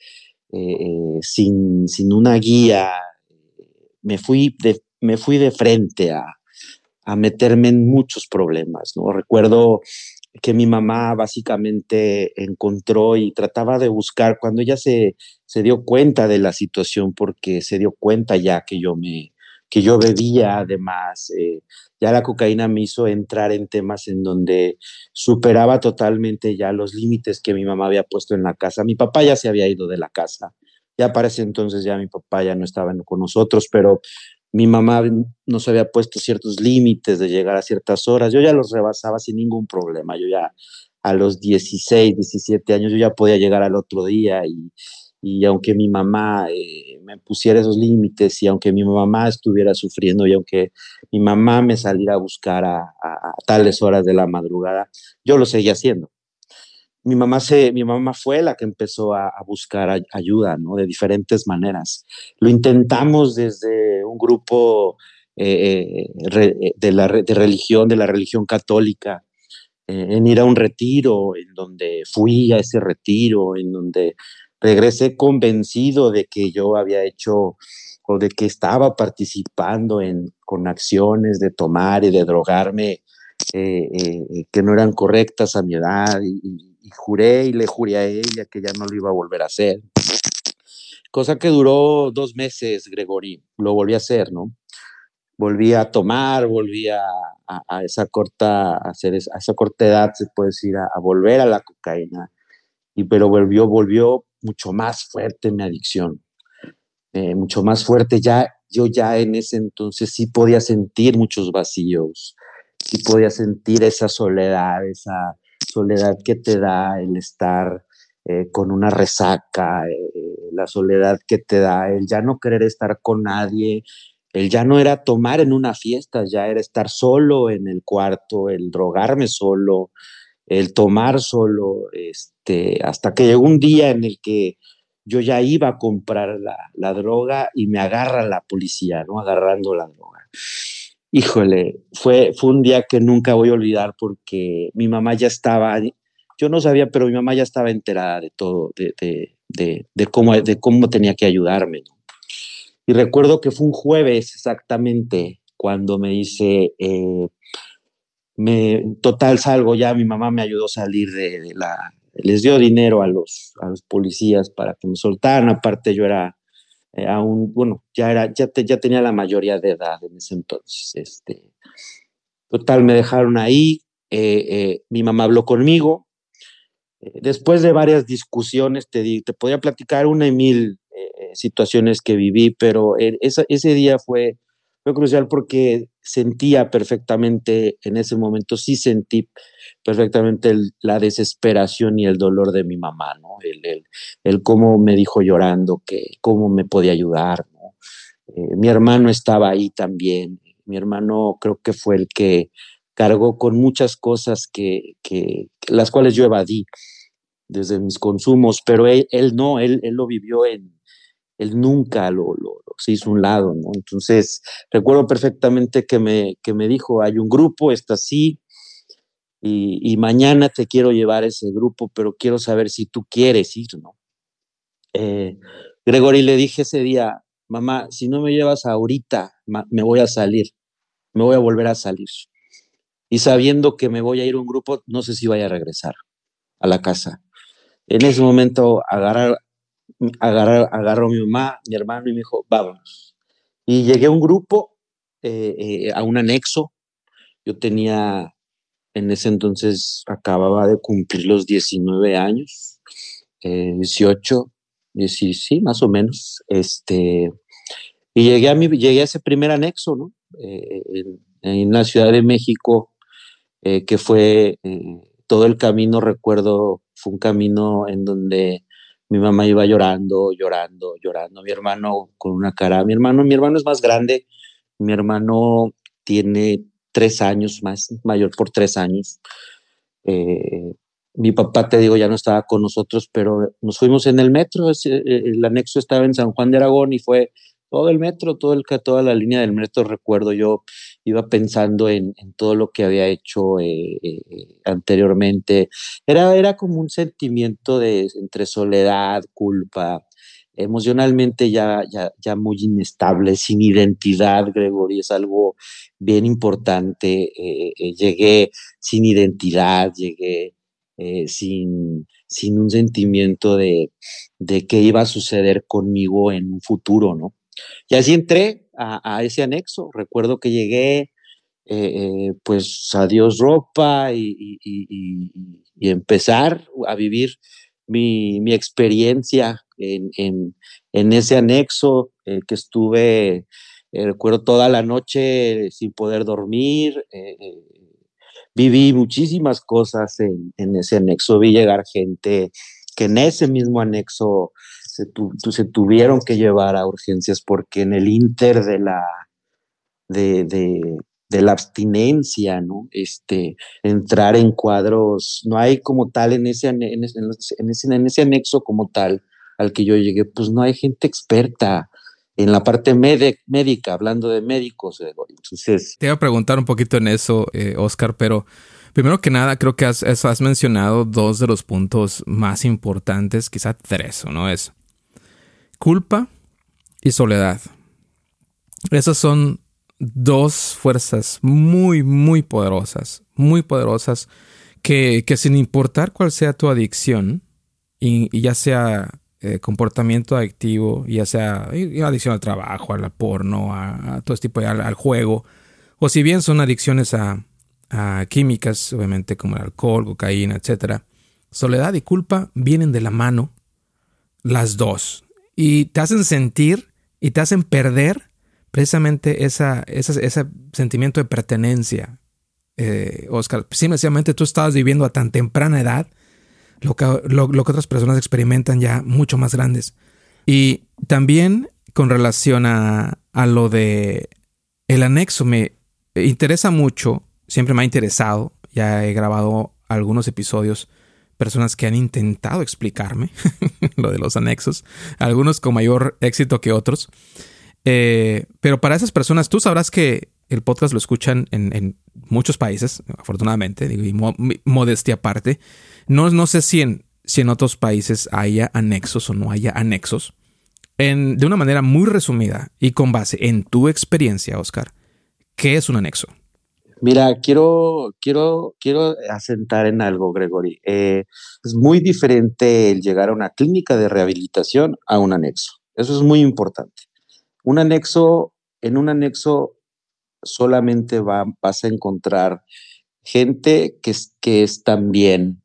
sin una guía, me fui de frente a meterme en muchos problemas, ¿no? Recuerdo que mi mamá básicamente encontró y trataba de buscar cuando ella se dio cuenta de la situación, porque se dio cuenta ya que yo bebía, además, ya la cocaína me hizo entrar en temas en donde superaba totalmente ya los límites que mi mamá había puesto en la casa. Mi papá ya se había ido de la casa, ya para ese entonces ya mi papá ya no estaba con nosotros, pero mi mamá nos había puesto ciertos límites de llegar a ciertas horas. Yo ya los rebasaba sin ningún problema. Yo ya a los 16, 17 años yo ya podía llegar al otro día y aunque mi mamá me pusiera esos límites y aunque mi mamá estuviera sufriendo y aunque mi mamá me saliera a buscar a tales horas de la madrugada, yo lo seguía haciendo. Mi mamá fue la que empezó a buscar ayuda, ¿no? De diferentes maneras. Lo intentamos desde un grupo de la religión católica, en ir a un retiro, en donde fui a ese retiro, en donde regresé convencido de que yo había hecho o de que estaba participando con acciones de tomar y de drogarme que no eran correctas a mi edad y juré y le juré a ella que ya no lo iba a volver a hacer. Cosa que duró 2 meses, Gregory. Lo volví a hacer, ¿no? Volví a tomar, volví a esa corta edad, se puede decir, a volver a la cocaína. Pero volvió mucho más fuerte mi adicción, mucho más fuerte. Yo ya en ese entonces sí podía sentir muchos vacíos, sí podía sentir esa soledad que te da el estar con una resaca, la soledad que te da el ya no querer estar con nadie, el ya no era tomar en una fiesta, ya era estar solo en el cuarto, el drogarme solo, el tomar solo, hasta que llegó un día en el que yo ya iba a comprar la droga y me agarra la policía, ¿no? Agarrando la droga. Híjole, fue un día que nunca voy a olvidar porque mi mamá ya estaba, yo no sabía, pero mi mamá ya estaba enterada de todo, de cómo tenía que ayudarme, ¿no? Y recuerdo que fue un jueves exactamente cuando me dice, total salgo ya, mi mamá me ayudó a salir les dio dinero a los policías para que me soltaran. Aparte yo era ya tenía la mayoría de edad en ese entonces. Total, me dejaron ahí, mi mamá habló conmigo. Después de varias discusiones, te podía platicar una y mil situaciones que viví, pero ese día fue crucial porque sentía perfectamente, en ese momento sí sentí perfectamente la desesperación y el dolor de mi mamá, ¿no? El cómo me dijo llorando que cómo me podía ayudar, ¿no? Mi hermano estaba ahí también. Mi hermano creo que fue el que cargó con muchas cosas que las cuales yo evadí desde mis consumos, pero él no, él lo vivió él nunca se hizo un lado, ¿no? Entonces, recuerdo perfectamente que me dijo, hay un grupo, está así, y mañana te quiero llevar a ese grupo, pero quiero saber si tú quieres ir, ¿no? Gregory, le dije ese día, mamá, si no me llevas ahorita, me voy a salir, me voy a volver a salir. Y sabiendo que me voy a ir a un grupo, no sé si vaya a regresar a la casa. En ese momento agarró a mi mamá, mi hermano, y me dijo, vámonos. Y llegué a un grupo, a un anexo. Yo tenía, en ese entonces, acababa de cumplir los 19 años, 18, sí, más o menos. Y llegué a ese primer anexo, ¿no? En la Ciudad de México, que fue todo el camino, recuerdo, fue un camino en donde mi mamá iba llorando. Mi hermano con una cara, mi hermano es más grande, mi hermano tiene 3 años más, mayor por 3 años. Mi papá, te digo, ya no estaba con nosotros, pero nos fuimos en el metro. El anexo estaba en San Juan de Aragón y fue todo el metro, toda la línea del metro. Recuerdo, yo iba pensando en todo lo que había hecho anteriormente. Era como un sentimiento entre soledad, culpa, emocionalmente ya muy inestable, sin identidad, Gregory, es algo bien importante. Llegué sin identidad, llegué sin un sentimiento de qué iba a suceder conmigo en un futuro, ¿no? Y así entré a ese anexo. Recuerdo que llegué, pues adiós ropa y empezar a vivir mi experiencia en ese anexo, que estuve, recuerdo, toda la noche sin poder dormir. Viví muchísimas cosas en ese anexo. Vi llegar gente que en ese mismo anexo se tuvieron que llevar a urgencias porque en el inter de la abstinencia, ¿no? Entrar en cuadros, no hay como tal en ese anexo como tal al que yo llegué, pues no hay gente experta en la parte médica, hablando de médicos. Entonces, te iba a preguntar un poquito en eso, Oscar, pero primero que nada, creo que has mencionado 2 de los puntos más importantes, quizá 3, ¿no? Es culpa y soledad. Esas son 2 fuerzas muy, muy poderosas, que sin importar cuál sea tu adicción, y ya sea comportamiento adictivo, ya sea adicción al trabajo, al porno, a todo este tipo al juego, o si bien son adicciones a químicas, obviamente como el alcohol, cocaína, etc. Soledad y culpa vienen de la mano las dos y te hacen sentir y te hacen perder precisamente ese sentimiento de pertenencia. Oscar, simplemente tú estabas viviendo a tan temprana edad lo que otras personas experimentan ya mucho más grandes. Y también con relación a lo de el anexo, me interesa mucho, siempre me ha interesado, ya he grabado algunos episodios, personas que han intentado explicarme lo de los anexos, algunos con mayor éxito que otros. Pero para esas personas, tú sabrás que el podcast lo escuchan en muchos países, afortunadamente, y modestia aparte. No sé si en otros países haya anexos o no haya anexos. De una manera muy resumida y con base en tu experiencia, Oscar, ¿qué es un anexo? Mira, quiero asentar en algo, Gregory. Es muy diferente el llegar a una clínica de rehabilitación a un anexo. Eso es muy importante. En un anexo solamente vas a encontrar gente que es también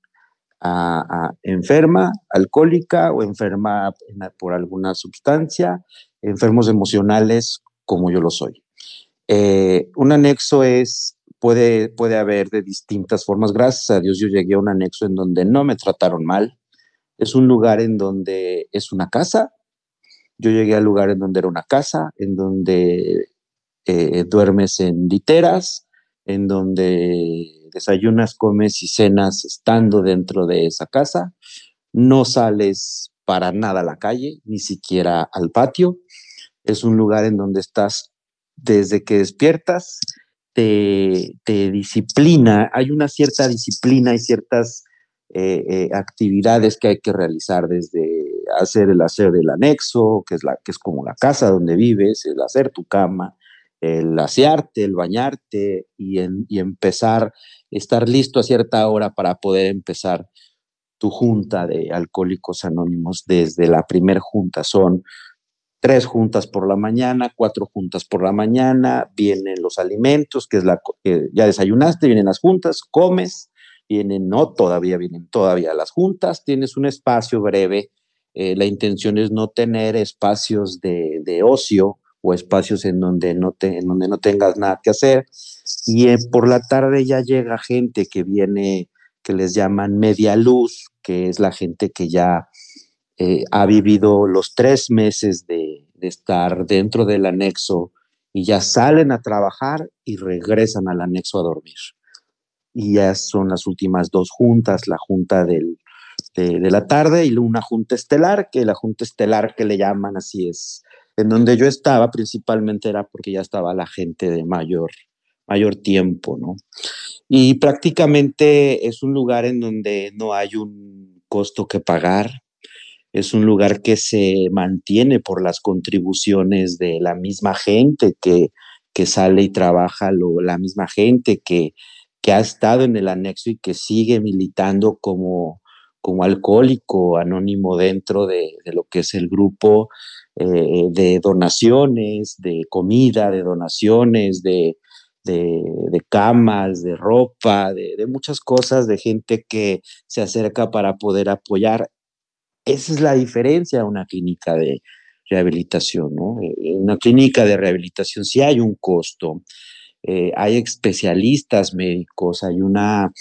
enferma, alcohólica o enferma por alguna sustancia, enfermos emocionales como yo lo soy. Un anexo puede haber de distintas formas. Gracias a Dios yo llegué a un anexo en donde no me trataron mal. Es un lugar en donde es una casa. Yo llegué al lugar en donde era una casa, en donde duermes en literas, en donde desayunas, comes y cenas estando dentro de esa casa. No sales para nada a la calle, ni siquiera al patio. Es un lugar en donde estás desde que despiertas, te disciplina. Hay una cierta disciplina y ciertas actividades que hay que realizar, desde hacer el aseo del anexo, que es como la casa donde vives, el hacer tu cama, el asearte, el bañarte y empezar, estar listo a cierta hora para poder empezar tu junta de Alcohólicos Anónimos. Desde la primer junta son 3 juntas por la mañana, 4 juntas por la mañana, vienen los alimentos, que ya desayunaste, vienen las juntas, comes, vienen todavía las juntas, tienes un espacio breve. La intención es no tener espacios de ocio o espacios en donde no tengas nada que hacer. Y por la tarde ya llega gente que viene, que les llaman media luz, que es la gente que ya ha vivido los 3 meses de estar dentro del anexo y ya salen a trabajar y regresan al anexo a dormir. Y ya son las últimas 2 juntas, la junta de la tarde y una junta estelar, que la junta estelar que le llaman así es. En donde yo estaba principalmente era porque ya estaba la gente de mayor tiempo, ¿no? Y prácticamente es un lugar en donde no hay un costo que pagar. Es un lugar que se mantiene por las contribuciones de la misma gente que sale y trabaja, la misma gente que ha estado en el anexo y que sigue militando como alcohólico anónimo dentro de lo que es el grupo, de donaciones, de comida, de donaciones, de camas, de ropa, de muchas cosas, de gente que se acerca para poder apoyar. Esa es la diferencia a una clínica de rehabilitación, ¿no? En una clínica de rehabilitación sí hay un costo, hay especialistas médicos, hay una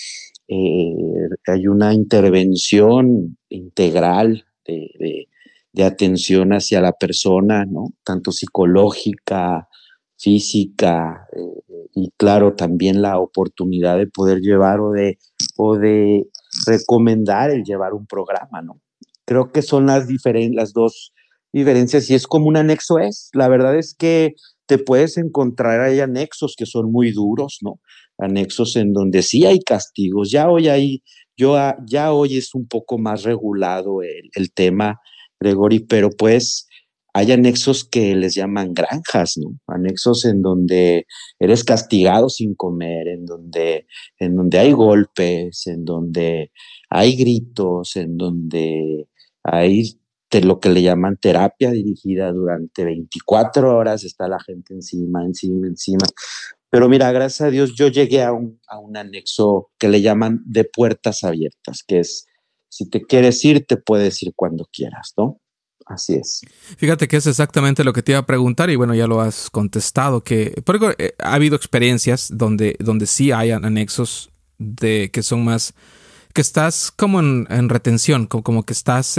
intervención integral de atención hacia la persona, ¿no? Tanto psicológica, física, y claro, también la oportunidad de poder llevar o de recomendar el llevar un programa, ¿no? Creo que son las 2 diferencias, y es como un anexo es. La verdad es que te puedes encontrar, hay anexos que son muy duros, ¿no? Anexos en donde sí hay castigos. Ya hoy es un poco más regulado el tema, Gregory, pero pues hay anexos que les llaman granjas, ¿no? Anexos en donde eres castigado sin comer, en donde hay golpes, en donde hay gritos, en donde hay lo que le llaman terapia dirigida durante 24 horas, está la gente encima. Pero mira, gracias a Dios yo llegué a un anexo que le llaman de puertas abiertas, que es, si te quieres ir, te puedes ir cuando quieras, ¿no? Así es. Fíjate que es exactamente lo que te iba a preguntar y bueno, ya lo has contestado, porque ha habido experiencias donde sí hay anexos de que son más, que estás como en retención, como que estás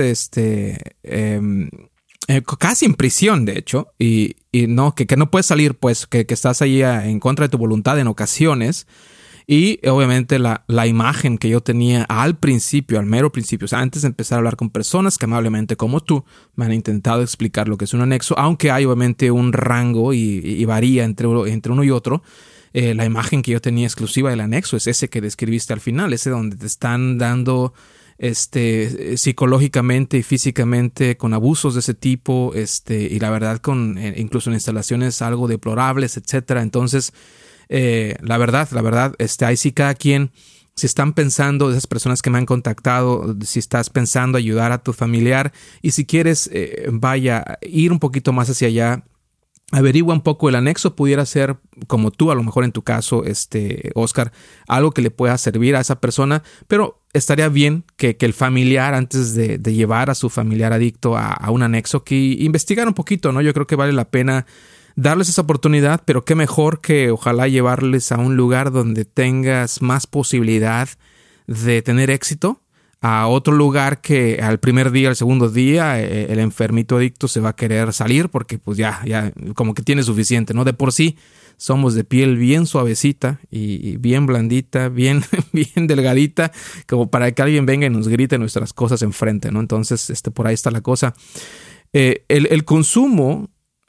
casi en prisión, de hecho, y no, que no puedes salir, pues, que estás ahí en contra de tu voluntad en ocasiones. Y obviamente la imagen que yo tenía al principio, al mero principio, o sea, antes de empezar a hablar con personas que amablemente como tú me han intentado explicar lo que es un anexo, aunque hay obviamente un rango y varía entre uno y otro, la imagen que yo tenía exclusiva del anexo es ese que describiste al final, ese donde te están dando psicológicamente y físicamente con abusos de ese tipo, y la verdad con incluso en instalaciones algo deplorables, etcétera. Entonces, la verdad, ahí sí cada quien, si están pensando, de esas personas que me han contactado, si estás pensando ayudar a tu familiar y si quieres, ir un poquito más hacia allá, averigua un poco el anexo, pudiera ser como tú, a lo mejor en tu caso, Oscar, algo que le pueda servir a esa persona, pero estaría bien que el familiar, antes de llevar a su familiar adicto a un anexo, que investigar un poquito, ¿no? Yo creo que vale la pena darles esa oportunidad, pero qué mejor que ojalá llevarles a un lugar donde tengas más posibilidad de tener éxito, a otro lugar que al primer día, al segundo día, el enfermito adicto se va a querer salir porque pues ya como que tiene suficiente, ¿no? De por sí somos de piel bien suavecita y bien blandita, bien delgadita, como para que alguien venga y nos grite nuestras cosas enfrente, ¿no? Entonces, por ahí está la cosa. El consumo,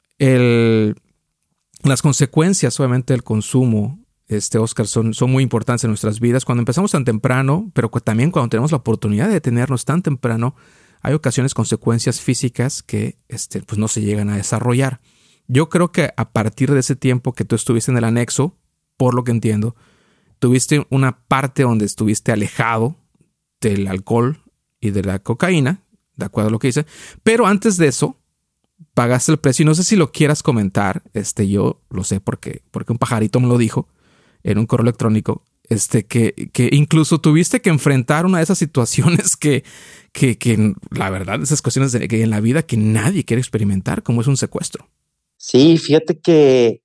las consecuencias obviamente del consumo, Oscar, son muy importantes en nuestras vidas. Cuando empezamos tan temprano, pero también cuando tenemos la oportunidad de detenernos tan temprano, hay ocasiones consecuencias físicas que pues no se llegan a desarrollar. Yo creo que a partir de ese tiempo que tú estuviste en el anexo, por lo que entiendo, tuviste una parte donde estuviste alejado del alcohol y de la cocaína, de acuerdo a lo que dice, pero antes de eso pagaste el precio y no sé si lo quieras comentar, yo lo sé porque un pajarito me lo dijo en un correo electrónico, que incluso tuviste que enfrentar una de esas situaciones que la verdad, esas cuestiones que en la vida que nadie quiere experimentar, como es un secuestro. Sí, fíjate que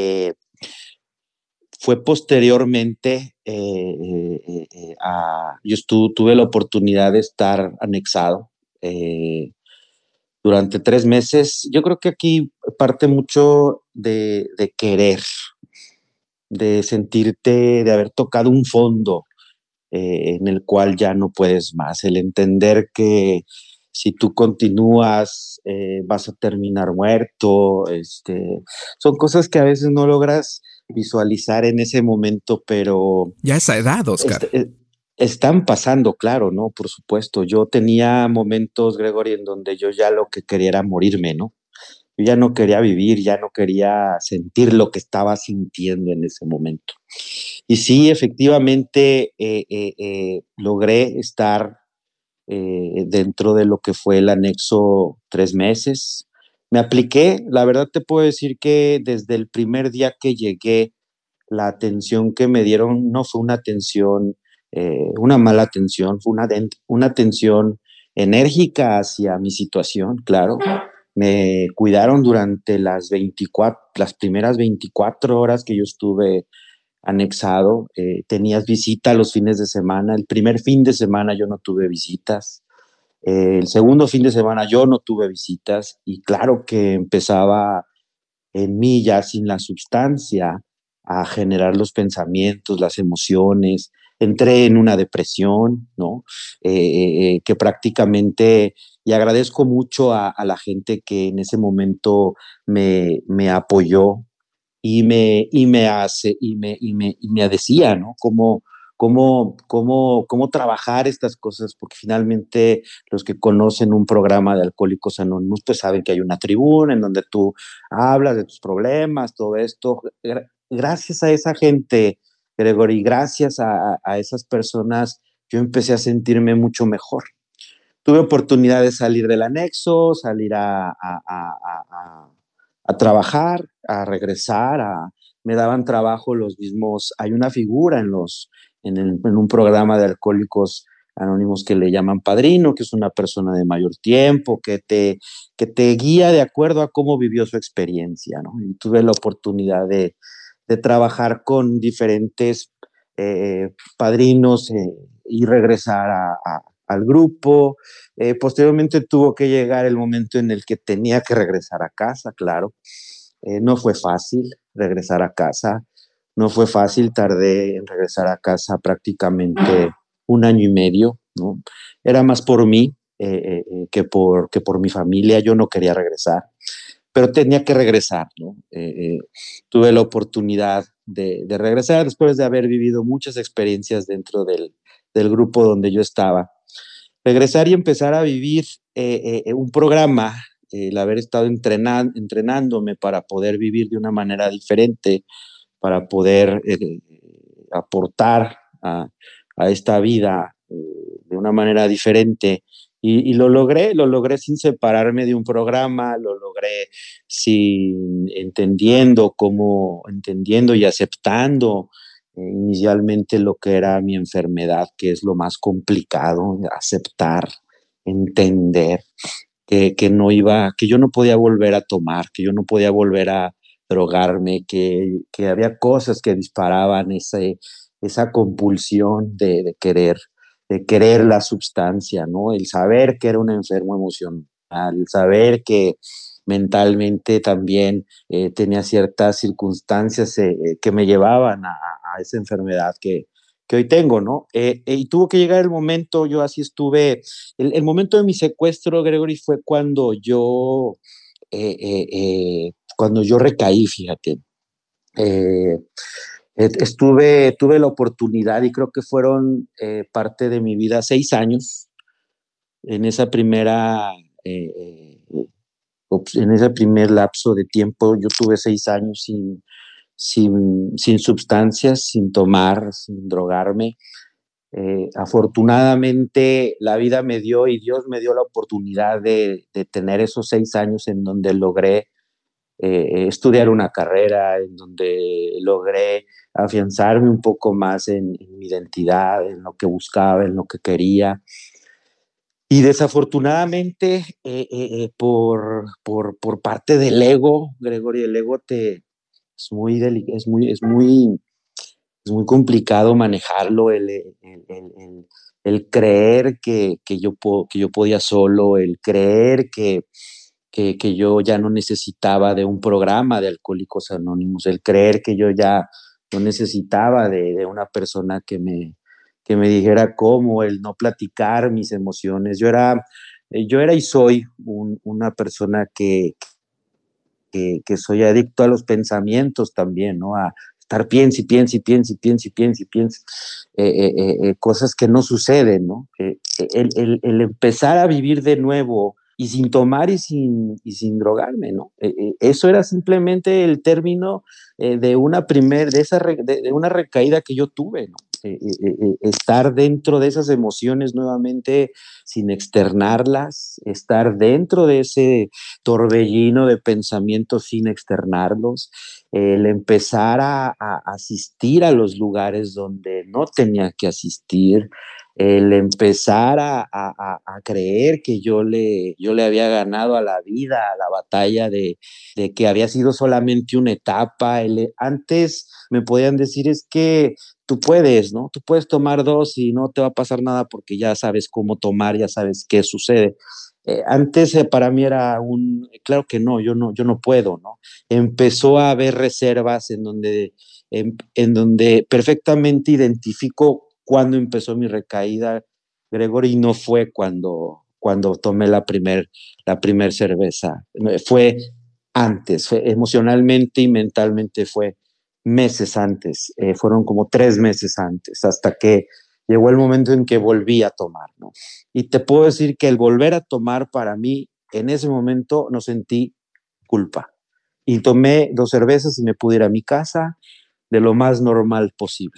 fue posteriormente tuve la oportunidad de estar anexado durante 3 meses. Yo creo que aquí parte mucho de querer, de sentirte, de haber tocado un fondo en el cual ya no puedes más, el entender que si tú continúas vas a terminar muerto, son cosas que a veces no logras visualizar en ese momento, pero ya a esa edad, Oscar. Están pasando, claro, ¿no? Por supuesto. Yo tenía momentos, Gregory, en donde yo ya lo que quería era morirme, ¿no? Yo ya no quería vivir, ya no quería sentir lo que estaba sintiendo en ese momento. Y sí, efectivamente, logré estar dentro de lo que fue el anexo 3 meses. Me apliqué, la verdad te puedo decir que desde el primer día que llegué, la atención que me dieron no fue una atención, una mala atención, fue una atención enérgica hacia mi situación, claro. Me cuidaron durante las primeras 24 horas que yo estuve anexado. Tenías visita los fines de semana. El primer fin de semana yo no tuve visitas. El segundo fin de semana yo no tuve visitas. Y claro que empezaba en mí, ya sin la sustancia, a generar los pensamientos, las emociones. Entré en una depresión, ¿no? Que prácticamente, y agradezco mucho a la gente que en ese momento me apoyó y me decía, ¿no? Cómo trabajar estas cosas, porque finalmente los que conocen un programa de Alcohólicos Anónimos pues saben que hay una tribuna en donde tú hablas de tus problemas, todo esto. Gracias a esa gente, Gregory, gracias a esas personas, yo empecé a sentirme mucho mejor. Tuve oportunidad de salir del anexo, salir a trabajar, a regresar, me daban trabajo los mismos. Hay una figura en un programa de Alcohólicos anónimos que le llaman padrino, que es una persona de mayor tiempo, que te guía de acuerdo a cómo vivió su experiencia, ¿no? Y tuve la oportunidad de trabajar con diferentes padrinos y regresar al grupo. Posteriormente tuvo que llegar el momento en el que tenía que regresar a casa, claro. No fue fácil regresar a casa, no fue fácil, tardé en regresar a casa prácticamente 1 año y medio, ¿no? Era más por mí que por mi familia. Yo no quería regresar, pero tenía que regresar, ¿no? Tuve la oportunidad de regresar después de haber vivido muchas experiencias dentro del grupo donde yo estaba. Regresar y empezar a vivir un programa, el haber estado entrenándome para poder vivir de una manera diferente, para poder aportar a esta vida de una manera diferente. Y lo logré sin separarme de un programa, lo logré entendiendo y aceptando inicialmente lo que era mi enfermedad, que es lo más complicado, aceptar, entender que yo no podía volver a tomar, que yo no podía volver a drogarme, que había cosas que disparaban esa compulsión de querer la sustancia, ¿no? El saber que era un enfermo emocional, el saber que mentalmente también tenía ciertas circunstancias que me llevaban a esa enfermedad que hoy tengo, ¿no? Y tuvo que llegar el momento, yo así estuve, el momento de mi secuestro, Gregory, fue cuando yo recaí, fíjate. Tuve la oportunidad, y creo que fueron parte de mi vida 6 años en ese primer lapso de tiempo. Yo tuve 6 años sin sustancias, sin tomar, sin drogarme. Afortunadamente la vida me dio y Dios me dio la oportunidad de tener esos 6 años en donde logré estudiar una carrera, en donde logré afianzarme un poco más en mi identidad, en lo que buscaba, en lo que quería. Y desafortunadamente, por parte del ego, Gregorio, el ego es muy complicado manejarlo, el creer que yo podía solo, el creer que yo ya no necesitaba de un programa de Alcohólicos Anónimos, el creer que yo ya no necesitaba de una persona que me dijera cómo, el no platicar mis emociones. Yo era y soy una persona que soy adicto a los pensamientos también, ¿no? A estar piense, cosas que no suceden, ¿no? El empezar a vivir de nuevo y sin tomar y sin drogarme, ¿no? Eso era simplemente el término de una recaída que yo tuve, ¿no? Estar dentro de esas emociones nuevamente sin externarlas, estar dentro de ese torbellino de pensamientos sin externarlos, el empezar a asistir a los lugares donde no tenía que asistir, el empezar a creer que yo le había ganado a la vida, a la batalla de que había sido solamente una etapa. Antes me podían decir, es que tú puedes, ¿no? Tú puedes tomar 2 y no te va a pasar nada porque ya sabes cómo tomar, ya sabes qué sucede. Antes para mí era claro que no, yo no puedo, ¿no? Empezó a haber reservas en donde perfectamente identifico cuándo empezó mi recaída, Gregory, y no fue cuando tomé la primer cerveza. Fue antes, emocionalmente y mentalmente fue meses antes, fueron como 3 meses antes, hasta que llegó el momento en que volví a tomar, ¿no? Y te puedo decir que el volver a tomar para mí, en ese momento no sentí culpa. Y tomé 2 cervezas y me pude ir a mi casa de lo más normal posible.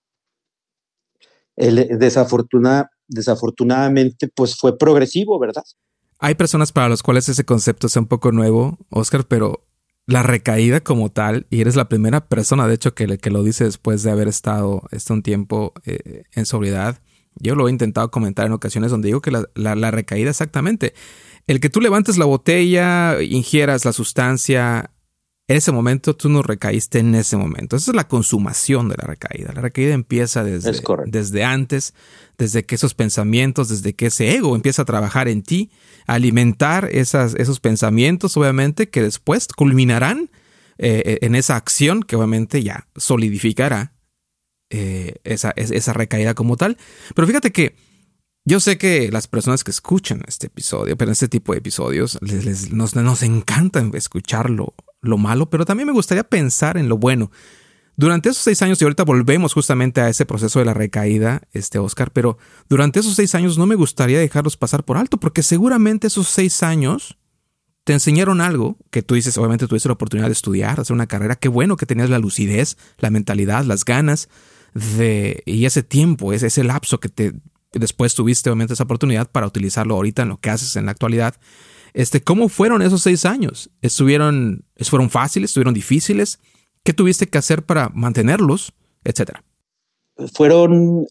Desafortunadamente, pues fue progresivo, ¿verdad? Hay personas para las cuales ese concepto es un poco nuevo, Oscar, pero la recaída como tal, y eres la primera persona, de hecho, que lo dice después de haber estado un tiempo en sobriedad, Yo lo he intentado comentar en ocasiones donde digo que la recaída exactamente. El que tú levantes la botella, ingieras la sustancia, en ese momento tú no recaíste en ese momento. Esa es la consumación de la recaída. La recaída empieza desde antes, desde que esos pensamientos, desde que ese ego empieza a trabajar en ti, a alimentar esos pensamientos, obviamente, que después culminarán en esa acción que obviamente ya solidificará esa recaída como tal. Pero fíjate que yo sé que las personas que escuchan este episodio, pero este tipo de episodios, nos encanta escuchar lo malo, pero también me gustaría pensar en lo bueno. Durante esos 6 años, y ahorita volvemos justamente a ese proceso de la recaída, Oscar, pero durante esos 6 años no me gustaría dejarlos pasar por alto, porque seguramente esos 6 años te enseñaron algo que tú dices, obviamente tuviste la oportunidad de estudiar, de hacer una carrera, qué bueno que tenías la lucidez, la mentalidad, las ganas y ese tiempo, ese lapso que después tuviste obviamente esa oportunidad para utilizarlo ahorita en lo que haces en la actualidad. ¿Cómo fueron esos 6 años? ¿Fueron fáciles? ¿Estuvieron difíciles? ¿Qué tuviste que hacer para mantenerlos? Etcétera. Fueron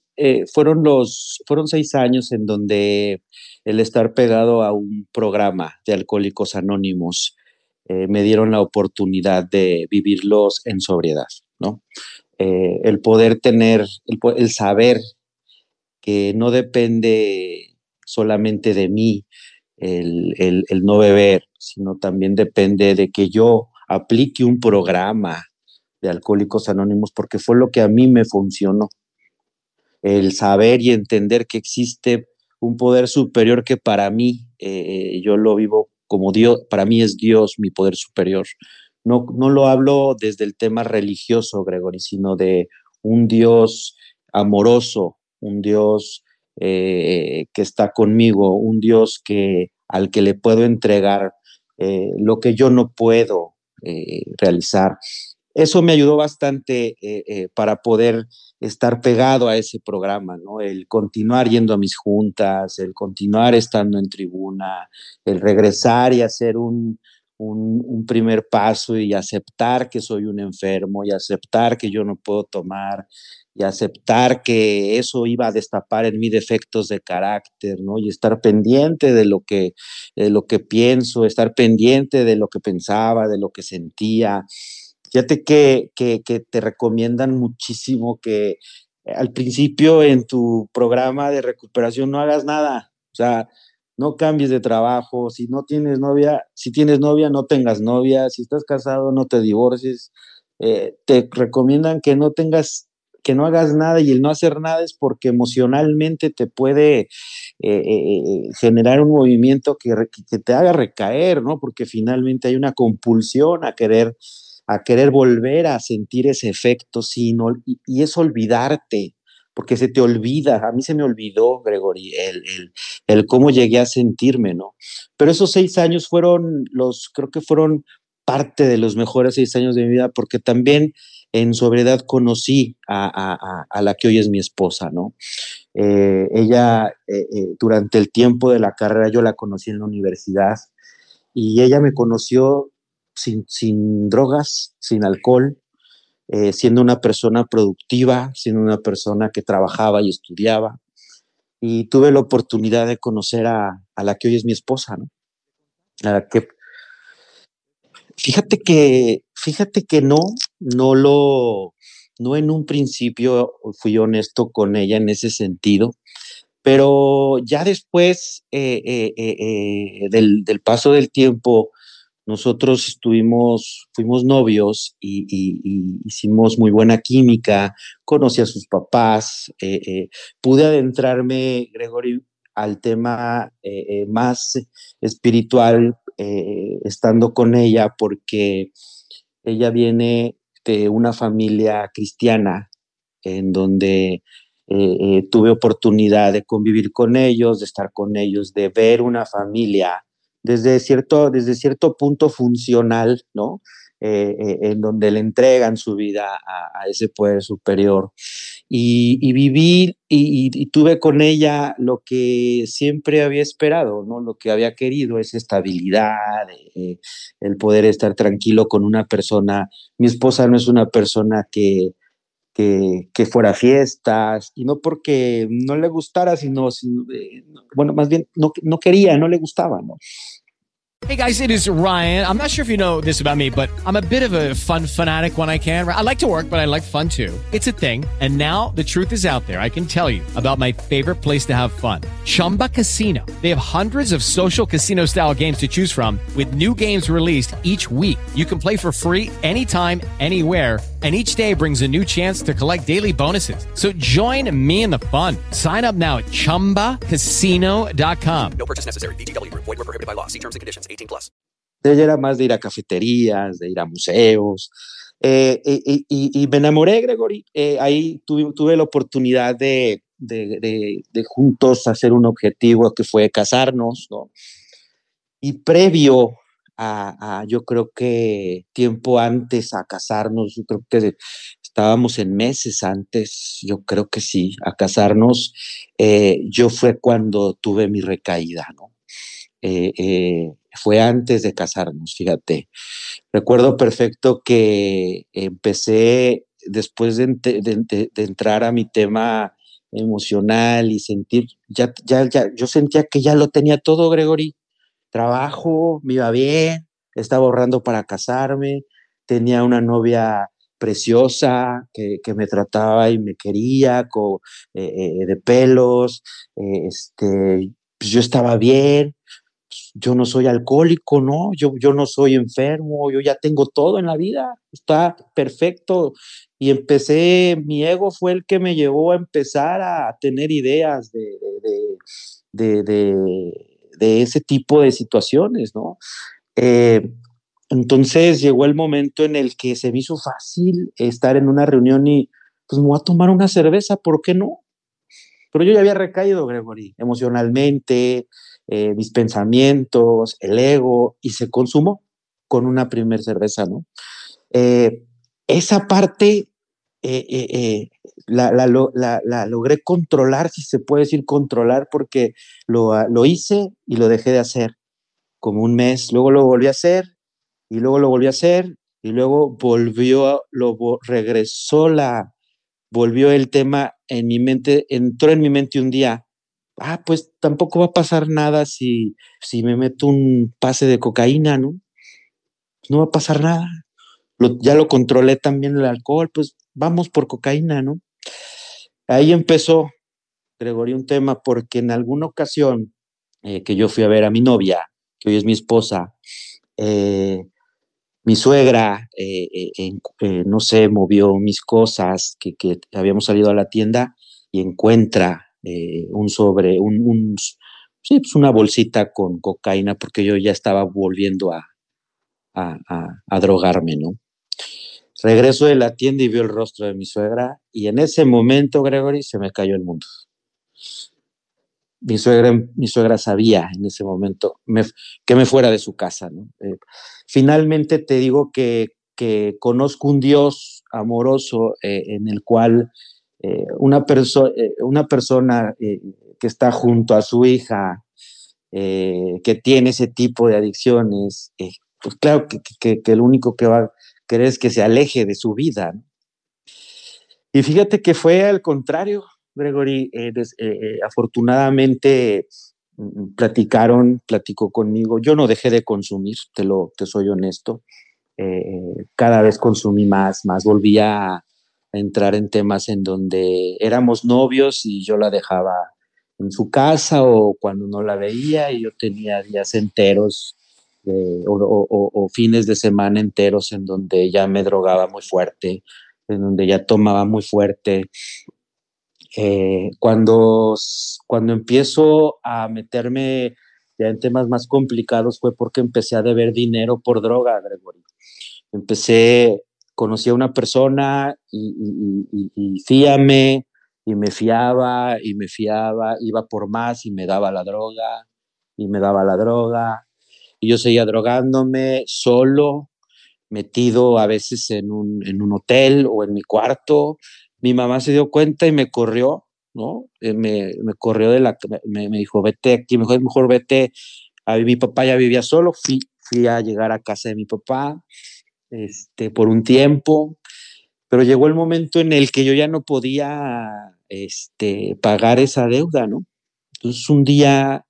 6 años en donde el estar pegado a un programa de Alcohólicos Anónimos me dieron la oportunidad de vivirlos en sobriedad, ¿no? El poder tener, el saber que no depende solamente de mí el no beber, sino también depende de que yo aplique un programa de Alcohólicos Anónimos, porque fue lo que a mí me funcionó. El saber y entender que existe un poder superior que para mí, yo lo vivo como Dios, para mí es Dios mi poder superior. No lo hablo desde el tema religioso, Gregory, sino de un Dios amoroso, un Dios que está conmigo, un Dios al que le puedo entregar lo que yo no puedo realizar. Eso me ayudó bastante para poder estar pegado a ese programa, ¿no? El continuar yendo a mis juntas, el continuar estando en tribuna, el regresar y hacer un primer paso y aceptar que soy un enfermo y aceptar que yo no puedo tomar y aceptar que eso iba a destapar en mí defectos de carácter, ¿no? Y estar pendiente de lo que pienso, estar pendiente de lo que pensaba, de lo que sentía. Fíjate que te recomiendan muchísimo que al principio en tu programa de recuperación no hagas nada, o sea, no cambies de trabajo, si no tienes novia, si tienes novia, no tengas novia, si estás casado, no te divorcies. Te recomiendan que no hagas nada, y el no hacer nada es porque emocionalmente te puede generar un movimiento que te haga recaer, ¿no? Porque finalmente hay una compulsión a querer volver a sentir ese efecto, y es olvidarte, porque se te olvida. A mí se me olvidó, Gregory, el cómo llegué a sentirme, ¿no? Pero esos 6 años creo que fueron parte de los mejores 6 años de mi vida, porque también en sobriedad conocí a la que hoy es mi esposa, ¿no? Ella, durante el tiempo de la carrera, yo la conocí en la universidad, y ella me conoció sin drogas, sin alcohol, siendo una persona productiva, siendo una persona que trabajaba y estudiaba, y tuve la oportunidad de conocer a la que hoy es mi esposa, ¿no? A la que, fíjate que no en un principio fui honesto con ella en ese sentido, pero ya después del paso del tiempo, nosotros fuimos novios y hicimos muy buena química, conocí a sus papás, pude adentrarme, Gregory, al tema más espiritual estando con ella, porque ella viene de una familia cristiana en donde tuve oportunidad de convivir con ellos, de estar con ellos, de ver una familia desde cierto punto funcional, ¿no? En donde le entregan su vida a ese poder superior. Y viví y tuve con ella lo que siempre había esperado, ¿no? Lo que había querido es estabilidad, el poder estar tranquilo con una persona. Mi esposa no es una persona que que fuera a fiestas, y no porque no le gustara, bueno, más bien no quería, no le gustaba, ¿no? Hey guys, it is Ryan. I'm not sure if you know this about me, but I'm a bit of a fun fanatic when I can. I like to work, but I like fun too. It's a thing. And now the truth is out there. I can tell you about my favorite place to have fun. Chumba Casino. They have hundreds of social casino style games to choose from with new games released each week. You can play for free anytime, anywhere. And each day brings a new chance to collect daily bonuses. So join me in the fun. Sign up now at ChumbaCasino.com. No purchase necessary. VGW Group. Void where prohibited by law. See terms and conditions. 18+. Ella era más de ir a cafeterías, de ir a museos. Y me enamoré, Gregory. Ahí tuve la oportunidad de juntos hacer un objetivo que fue casarnos, ¿no? Y previo yo creo que tiempo antes a casarnos, yo creo que estábamos en meses antes, yo creo que sí, a casarnos, yo fue cuando tuve mi recaída, ¿no? Fue antes de casarnos, fíjate. Recuerdo perfecto que empecé, después de entrar a mi tema emocional y sentir, yo sentía que ya lo tenía todo, Gregory. Trabajo, me iba bien, estaba ahorrando para casarme, tenía una novia preciosa que me trataba y me quería, de pelos, pues yo estaba bien, yo no soy alcohólico, ¿no? Yo no soy enfermo, yo ya tengo todo en la vida, está perfecto. Y mi ego fue el que me llevó a empezar a tener ideas de ese tipo de situaciones, ¿no? Entonces llegó el momento en el que se me hizo fácil estar en una reunión y pues me voy a tomar una cerveza, ¿por qué no? Pero yo ya había recaído, Gregory, emocionalmente, mis pensamientos, el ego, y se consumó con una primer cerveza, ¿no? Esa parte la logré controlar, si se puede decir controlar, porque lo hice y lo dejé de hacer como un mes, luego lo volví a hacer y luego lo volví a hacer y luego volvió el tema en mi mente, entró en mi mente un día, pues tampoco va a pasar nada si me meto un pase de cocaína, ¿no? No va a pasar nada. Ya lo controlé también el alcohol, pues vamos por cocaína, ¿no? Ahí empezó, Gregorio, un tema, porque en alguna ocasión que yo fui a ver a mi novia, que hoy es mi esposa, mi suegra, no sé, movió mis cosas, que habíamos salido a la tienda y encuentra un sobre, sí, pues una bolsita con cocaína, porque yo ya estaba volviendo a drogarme, ¿no? Regreso de la tienda y veo el rostro de mi suegra y en ese momento, Gregory, se me cayó el mundo. Mi suegra sabía en ese momento que me fuera de su casa, ¿no? Finalmente te digo que conozco un Dios amoroso en el cual una persona que está junto a su hija, que tiene ese tipo de adicciones, pues claro que el único que va a querer es que se aleje de su vida, ¿no? Y fíjate que fue al contrario, Gregory. Afortunadamente platicó conmigo. Yo no dejé de consumir, te soy honesto. Cada vez consumí más, volvía a entrar en temas en donde éramos novios y yo la dejaba en su casa o cuando no la veía y yo tenía días enteros o fines de semana enteros en donde ya me drogaba muy fuerte, en donde ya tomaba muy fuerte. Cuando empiezo a meterme ya en temas más complicados fue porque empecé a deber dinero por droga, Gregory. Conocí a una persona y fíame, y me fiaba, iba por más y me daba la droga, y yo seguía drogándome solo, metido a veces en un hotel o en mi cuarto. Mi mamá se dio cuenta y me corrió, ¿no? Me corrió me dijo, vete aquí, mejor vete. Mi papá ya vivía solo, fui a llegar a casa de mi papá por un tiempo, Pero llegó el momento en el que yo ya no podía pagar esa deuda, ¿no? Entonces un día,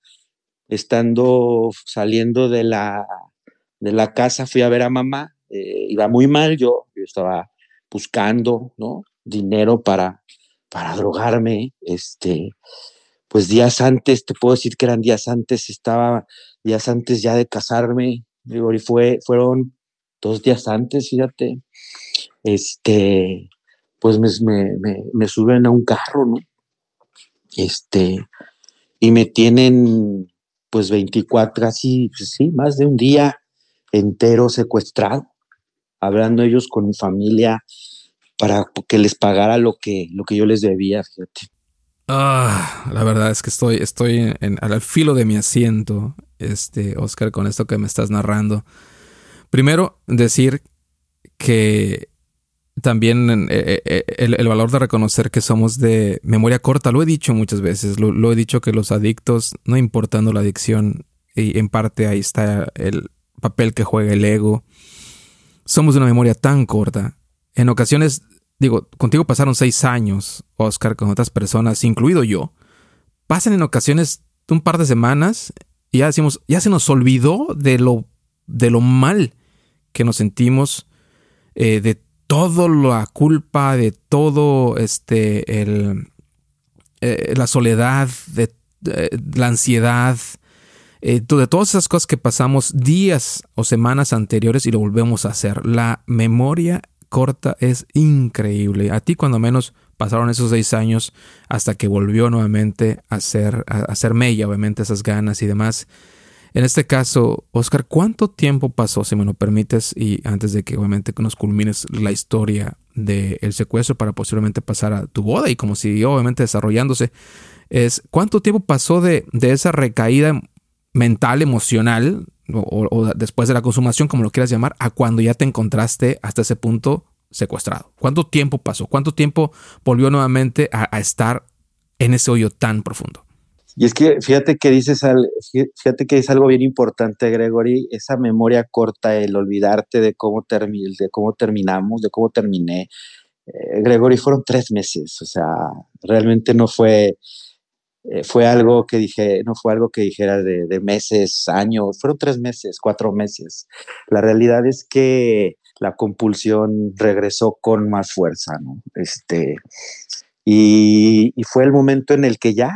saliendo de la casa, fui a ver a mamá, iba muy mal yo estaba buscando, ¿no? Dinero para drogarme, pues días antes, te puedo decir que eran días antes ya de casarme, digo, y fueron 2 días antes, fíjate, pues me suben a un carro, ¿no? Y me tienen, pues 24, así, pues, sí, más de un día entero secuestrado, hablando ellos con mi familia para que les pagara lo que yo les debía, fíjate. La verdad es que estoy al filo de mi asiento, Oscar, con esto que me estás narrando. Primero, decir que también el valor de reconocer que somos de memoria corta. Lo he dicho muchas veces, lo he dicho que los adictos, no importando la adicción, y en parte ahí está el papel que juega el ego, somos de una memoria tan corta. En ocasiones, digo, contigo pasaron 6 años, Oscar, con otras personas, incluido yo. Pasan en ocasiones un par de semanas y ya decimos, ya se nos olvidó de lo mal que nos sentimos, de toda la culpa, de todo la soledad, de la ansiedad, de todas esas cosas que pasamos días o semanas anteriores y lo volvemos a hacer. La memoria corta es increíble. A ti cuando menos pasaron esos 6 años hasta que volvió nuevamente a hacer mella, obviamente, esas ganas y demás. En este caso, Oscar, ¿cuánto tiempo pasó, si me lo permites, y antes de que obviamente nos culmines la historia del secuestro para posiblemente pasar a tu boda y como siguió obviamente desarrollándose, ¿cuánto tiempo pasó de esa recaída mental, emocional, o después de la consumación, como lo quieras llamar, a cuando ya te encontraste hasta ese punto secuestrado? ¿Cuánto tiempo pasó? ¿Cuánto tiempo volvió nuevamente a estar en ese hoyo tan profundo? Y es que fíjate que es algo bien importante, Gregory, esa memoria corta, el olvidarte de cómo terminamos, de cómo terminé. Gregory, fueron 3 meses, o sea, realmente no fue algo que dijera de meses, años, fueron 3 meses, 4 meses. La realidad es que la compulsión regresó con más fuerza, ¿no? Y fue el momento en el que ya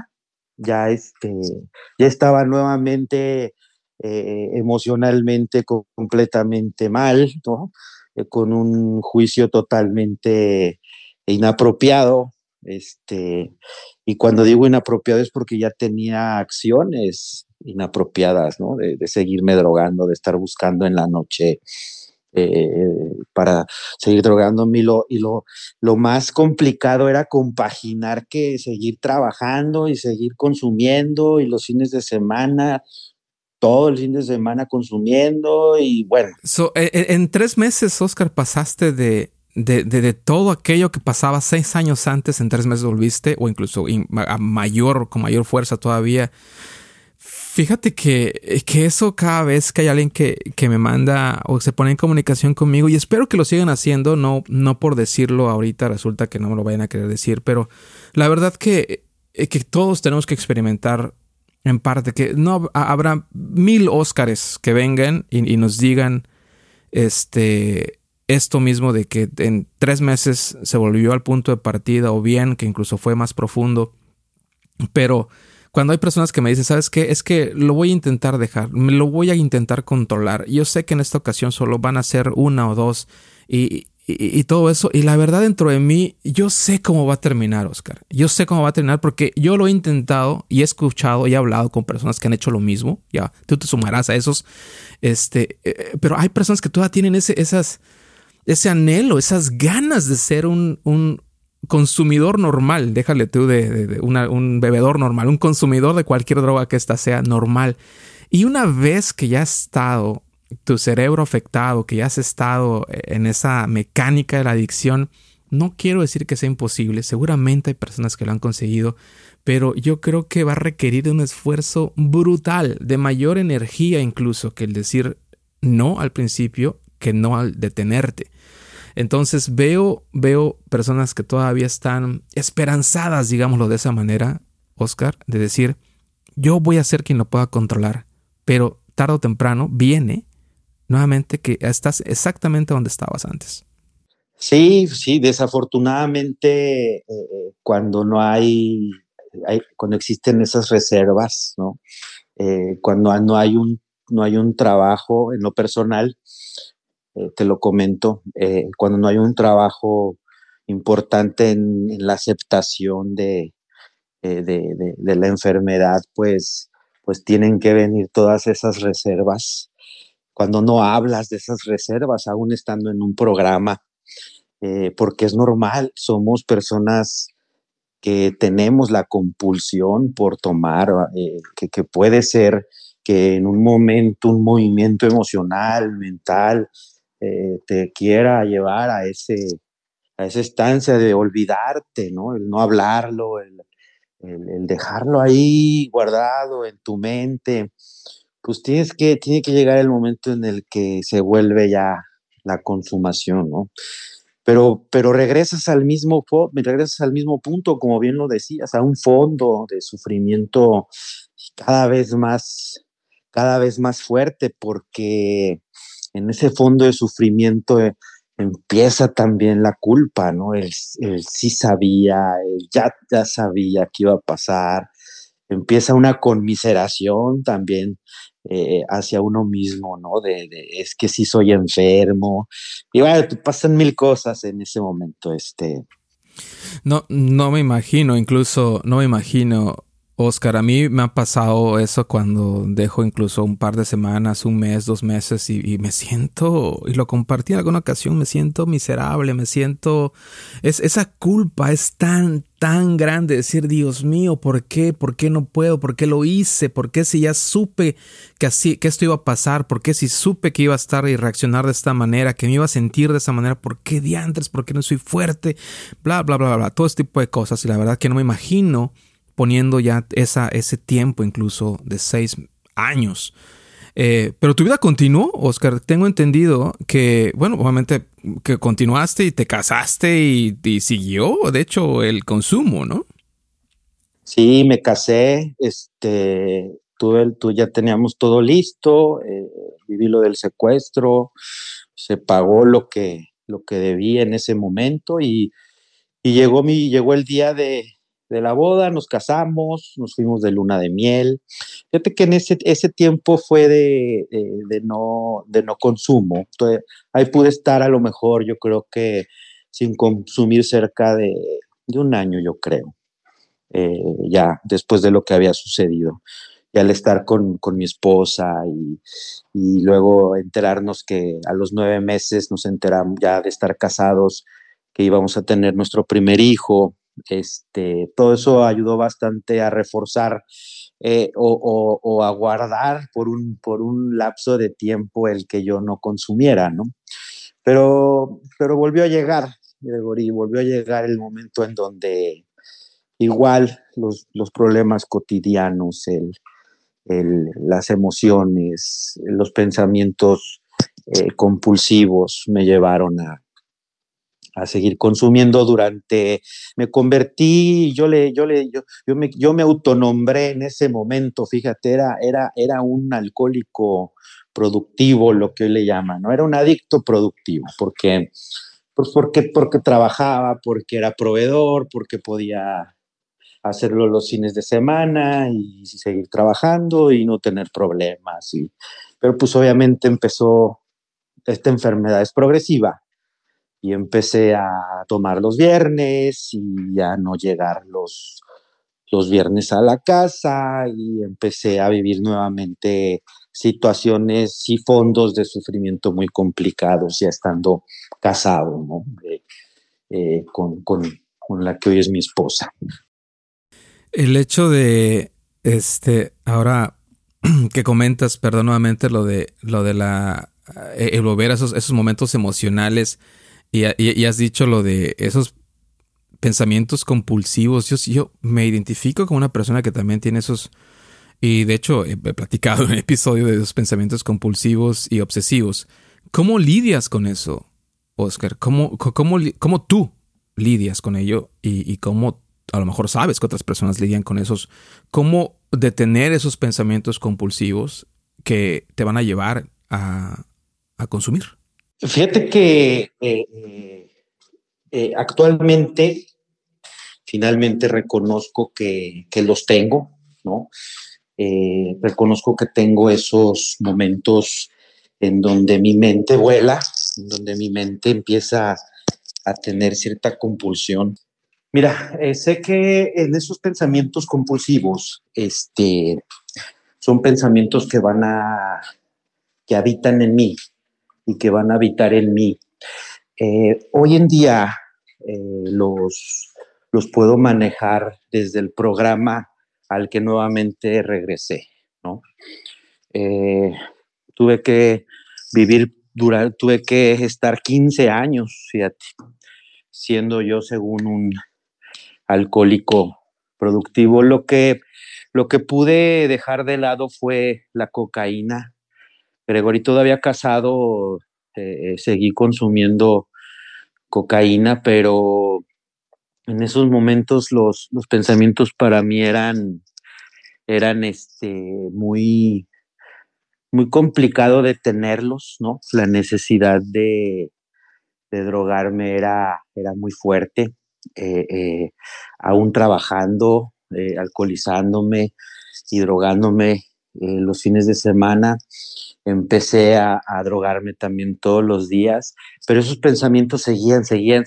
estaba nuevamente emocionalmente completamente mal, ¿no? Con un juicio totalmente inapropiado, y cuando digo inapropiado es porque ya tenía acciones inapropiadas, ¿no? De seguirme drogando, de estar buscando en la noche para seguir drogándome, y lo más complicado era compaginar que seguir trabajando y seguir consumiendo, y los fines de semana, todo el fin de semana consumiendo, y bueno. En 3 meses, Oscar, pasaste de todo aquello que pasaba 6 años antes, en 3 meses volviste, o incluso con mayor fuerza todavía. Fíjate que eso, cada vez que hay alguien que me manda o se pone en comunicación conmigo, y espero que lo sigan haciendo, no por decirlo ahorita, resulta que no me lo vayan a querer decir, pero la verdad que todos tenemos que experimentar en parte, que no habrá 1000 Óscares que vengan y nos digan esto mismo, de que en 3 meses se volvió al punto de partida, o bien que incluso fue más profundo. Pero cuando hay personas que me dicen, ¿sabes qué? Es que lo voy a intentar dejar, me lo voy a intentar controlar. Yo sé que en esta ocasión solo van a ser 1 o 2 y todo eso. Y la verdad, dentro de mí, yo sé cómo va a terminar, Oscar. Yo sé cómo va a terminar porque yo lo he intentado y he escuchado y he hablado con personas que han hecho lo mismo. Ya, tú te sumarás a esos. Pero hay personas que todavía tienen ese anhelo, esas ganas de ser un consumidor normal. Déjale tú de un bebedor normal, un consumidor de cualquier droga que ésta sea normal. Y una vez que ya has estado tu cerebro afectado, que ya has estado en esa mecánica de la adicción, no quiero decir que sea imposible. Seguramente hay personas que lo han conseguido, pero yo creo que va a requerir un esfuerzo brutal, de mayor energía incluso que el decir no al principio, que no al detenerte. Entonces veo personas que todavía están esperanzadas, digámoslo de esa manera, Oscar, de decir, yo voy a ser quien lo pueda controlar, pero tarde o temprano viene nuevamente que estás exactamente donde estabas antes. Sí, desafortunadamente cuando cuando existen esas reservas, ¿no? Cuando no hay un trabajo en lo personal, te lo comento, cuando no hay un trabajo importante en la aceptación de la enfermedad, pues tienen que venir todas esas reservas. Cuando no hablas de esas reservas, aún estando en un programa, porque es normal, somos personas que tenemos la compulsión por tomar, que puede ser que en un momento, un movimiento emocional, mental, te quiera llevar a esa estancia de olvidarte, ¿no? El no hablarlo, el dejarlo ahí guardado en tu mente. Pues tiene que llegar el momento en el que se vuelve ya la consumación, ¿no? Pero regresas al mismo punto, como bien lo decías, a un fondo de sufrimiento cada vez más fuerte, porque en ese fondo de sufrimiento empieza también la culpa, ¿no? El sí sabía, ya sabía que iba a pasar. Empieza una conmiseración también hacia uno mismo, ¿no? Es que sí soy enfermo. Y bueno, pasan mil cosas en ese momento. No me imagino, Oscar, a mí me ha pasado eso cuando dejo incluso un par de semanas, un mes, 2 meses y me siento, y lo compartí en alguna ocasión, me siento miserable, esa culpa es tan grande, decir, Dios mío, ¿por qué? ¿Por qué no puedo? ¿Por qué lo hice? ¿Por qué si ya supe que esto iba a pasar? ¿Por qué si supe que iba a estar y reaccionar de esta manera, que me iba a sentir de esa manera? ¿Por qué diantres? ¿Por qué no soy fuerte? Bla, bla, bla, bla, todo este tipo de cosas, y la verdad que no me imagino poniendo ya ese tiempo incluso de 6 años. Pero tu vida continuó, Oscar. Tengo entendido que, bueno, obviamente que continuaste y te casaste y siguió, de hecho, el consumo, ¿no? Sí, me casé, tú ya teníamos todo listo, viví lo del secuestro, se pagó lo que debía en ese momento y llegó el día de la boda, nos casamos, nos fuimos de luna de miel. Fíjate que en ese tiempo fue de no consumo. Entonces, ahí pude estar a lo mejor, yo creo que sin consumir cerca de 1 año, yo creo, ya después de lo que había sucedido. Y al estar con mi esposa y luego enterarnos que a los 9 meses nos enteramos ya de estar casados, que íbamos a tener nuestro primer hijo. Todo eso ayudó bastante a reforzar o a guardar por un lapso de tiempo el que yo no consumiera, ¿no? Pero volvió a llegar, Gregory, volvió a llegar el momento en donde igual los problemas cotidianos, las emociones, los pensamientos compulsivos me llevaron a seguir consumiendo me convertí, yo me autonombré en ese momento, fíjate, era un alcohólico productivo, lo que hoy le llaman, ¿no? Era un adicto productivo, porque trabajaba, porque era proveedor, porque podía hacerlo los fines de semana y seguir trabajando y no tener problemas. Pero pues obviamente esta enfermedad es progresiva. Y empecé a tomar los viernes y a no llegar los viernes a la casa y empecé a vivir nuevamente situaciones y fondos de sufrimiento muy complicados ya estando casado, ¿no? Con la que hoy es mi esposa. El hecho de ahora que comentas, perdón, nuevamente lo de el volver a esos momentos emocionales. Y has dicho lo de esos pensamientos compulsivos. Yo me identifico con una persona que también tiene esos, y de hecho he platicado en un episodio de esos pensamientos compulsivos y obsesivos. ¿Cómo lidias con eso? Oscar, ¿cómo tú lidias con ello y cómo a lo mejor sabes que otras personas lidian con esos? ¿Cómo detener esos pensamientos compulsivos que te van a llevar a consumir? Fíjate que actualmente finalmente reconozco que los tengo, ¿no? Reconozco que tengo esos momentos en donde mi mente vuela, en donde mi mente empieza a tener cierta compulsión. Mira, sé que en esos pensamientos compulsivos, son pensamientos que habitan en mí y que van a habitar en mí. Hoy en día los puedo manejar desde el programa al que nuevamente regresé, ¿no? Tuve que estar 15 años, fíjate, siendo yo según un alcohólico productivo. Lo que pude dejar de lado fue la cocaína. Gregory, todavía casado, seguí consumiendo cocaína, pero en esos momentos los pensamientos para mí eran muy, muy complicado de tenerlos, ¿no? La necesidad de drogarme era muy fuerte. Aún trabajando, alcoholizándome y drogándome los fines de semana, empecé a drogarme también todos los días, pero esos pensamientos seguían,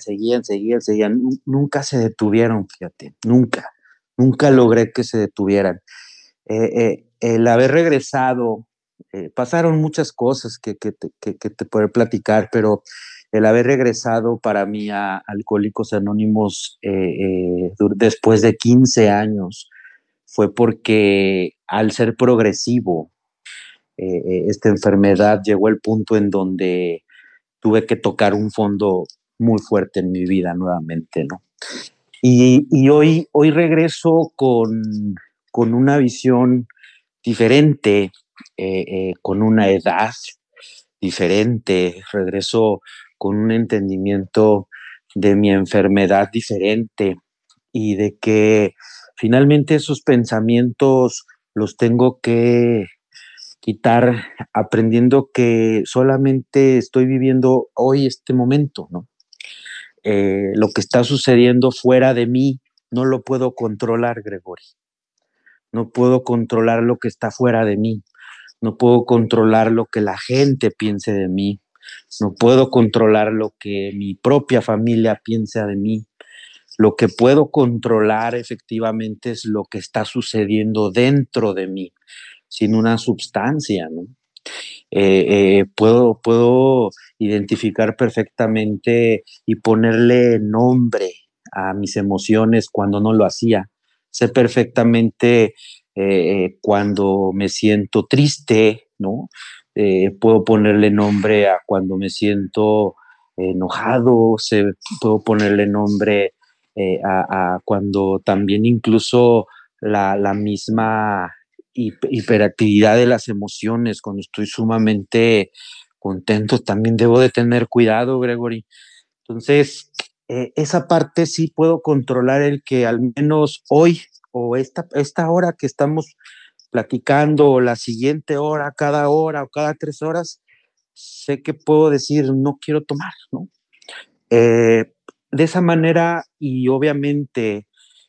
nunca se detuvieron, fíjate, nunca logré que se detuvieran. El haber regresado, pasaron muchas cosas que te puedo platicar, pero el haber regresado para mí a Alcohólicos Anónimos después de 15 años fue porque al ser progresivo, esta enfermedad llegó al punto en donde tuve que tocar un fondo muy fuerte en mi vida nuevamente, ¿no? Y hoy regreso con una visión diferente, con una edad diferente, regreso con un entendimiento de mi enfermedad diferente y de que finalmente esos pensamientos los tengo que quitar, aprendiendo que solamente estoy viviendo hoy este momento, ¿no? Lo que está sucediendo fuera de mí no lo puedo controlar, Gregory. No puedo controlar lo que está fuera de mí. No puedo controlar lo que la gente piense de mí. No puedo controlar lo que mi propia familia piensa de mí. Lo que puedo controlar efectivamente es lo que está sucediendo dentro de mí, sin una sustancia, ¿no? Puedo identificar perfectamente y ponerle nombre a mis emociones cuando no lo hacía. Sé perfectamente cuando me siento triste, ¿no? Puedo ponerle nombre a cuando me siento enojado, puedo ponerle nombre a cuando también incluso la misma hiperactividad de las emociones, cuando estoy sumamente contento, también debo de tener cuidado, Gregory. Entonces, esa parte sí puedo controlar, el que al menos hoy o esta hora que estamos platicando, o la siguiente hora o cada 3 horas, sé que puedo decir no quiero tomar, ¿no? De esa manera, y obviamente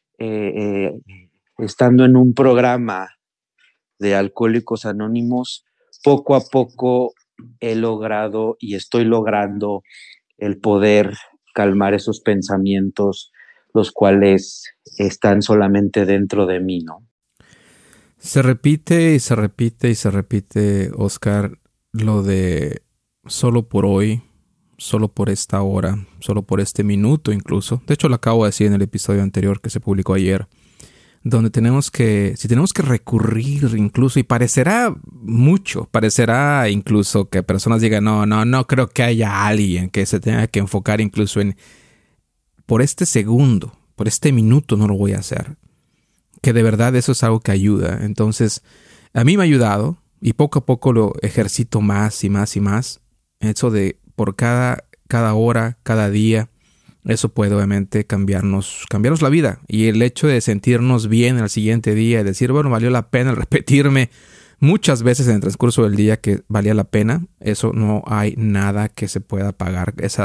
estando en un programa de Alcohólicos Anónimos, poco a poco he logrado y estoy logrando el poder calmar esos pensamientos, los cuales están solamente dentro de mí, ¿no? Se repite y se repite y se repite, Oscar, lo de solo por hoy, solo por esta hora, solo por este minuto incluso. De hecho, lo acabo de decir en el episodio anterior que se publicó ayer, donde si tenemos que recurrir incluso, y parecerá mucho, parecerá incluso que personas digan, no creo que haya alguien que se tenga que enfocar incluso en, por este segundo, por este minuto no lo voy a hacer. Que de verdad eso es algo que ayuda. Entonces, a mí me ha ayudado y poco a poco lo ejercito más y más y más. Eso de por cada cada hora, cada día, eso puede obviamente cambiarnos la vida. Y el hecho de sentirnos bien al siguiente día y decir, bueno, valió la pena el repetirme muchas veces en el transcurso del día que valía la pena, eso no hay nada que se pueda pagar. Esa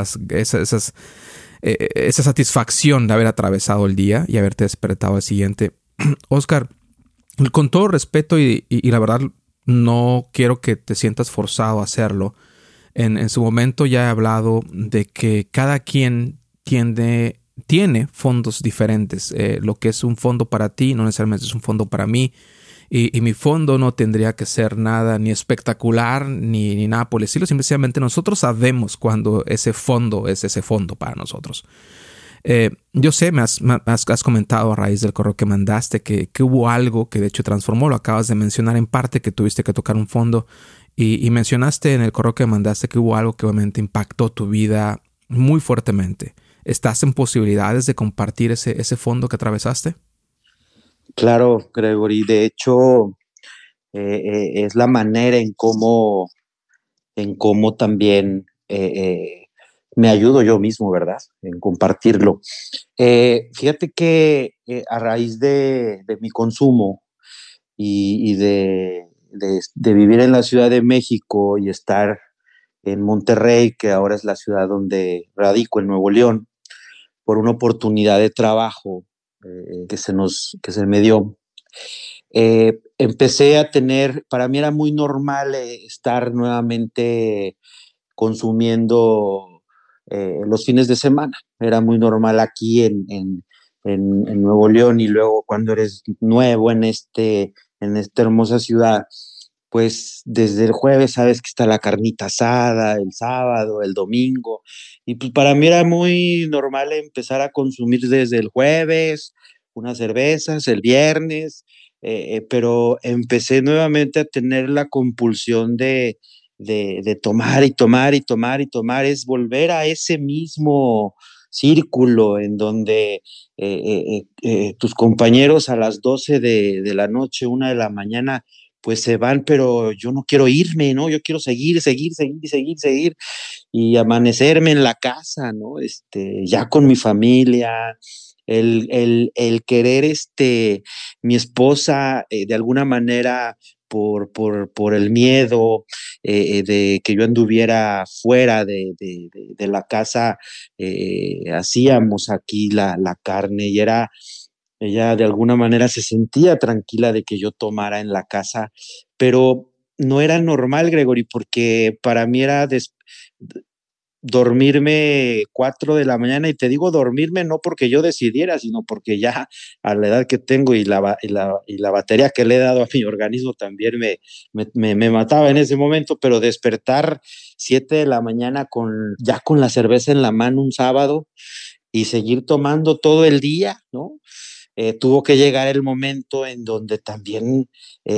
satisfacción de haber atravesado el día y haberte despertado al siguiente. Oscar, con todo respeto y la verdad no quiero que te sientas forzado a hacerlo. En su momento ya he hablado de que cada quien tiene fondos diferentes. Lo que es un fondo para ti no necesariamente es un fondo para mí. Y mi fondo no tendría que ser nada ni espectacular ni nada por el estilo. Simplemente nosotros sabemos cuando ese fondo es ese fondo para nosotros. Yo sé, me has comentado a raíz del correo que mandaste que hubo algo que de hecho transformó. Lo acabas de mencionar en parte, que tuviste que tocar un fondo. Y mencionaste en el correo que mandaste que hubo algo que obviamente impactó tu vida muy fuertemente. ¿Estás en posibilidades de compartir ese fondo que atravesaste? Claro, Gregory. De hecho, es la manera en cómo también me ayudo yo mismo, ¿verdad? En compartirlo. Fíjate que a raíz de mi consumo y de vivir en la Ciudad de México y estar en Monterrey, que ahora es la ciudad donde radico, en Nuevo León, por una oportunidad de trabajo que se me dio, empecé a tener, para mí era muy normal estar nuevamente consumiendo los fines de semana. Era muy normal aquí en Nuevo León, y luego cuando eres nuevo en esta hermosa ciudad, pues desde el jueves sabes que está la carnita asada, el sábado, el domingo, y pues para mí era muy normal empezar a consumir desde el jueves unas cervezas, el viernes, pero empecé nuevamente a tener la compulsión de tomar y tomar y tomar y tomar. Es volver a ese mismo círculo en donde tus compañeros a las 12 de la noche, 1 de la mañana, pues se van, pero yo no quiero irme, ¿no? Yo quiero seguir y amanecerme en la casa, ¿no? Ya con mi familia, el querer, mi esposa, de alguna manera, por el miedo de que yo anduviera fuera de la casa, hacíamos aquí la carne, y ella de alguna manera se sentía tranquila de que yo tomara en la casa, pero no era normal, Gregory, porque para mí era dormirme 4 de la mañana, y te digo dormirme no porque yo decidiera, sino porque ya a la edad que tengo y la batería que le he dado a mi organismo también me mataba en ese momento, pero despertar 7 de la mañana ya con la cerveza en la mano un sábado y seguir tomando todo el día, ¿no? Tuvo que llegar el momento en donde también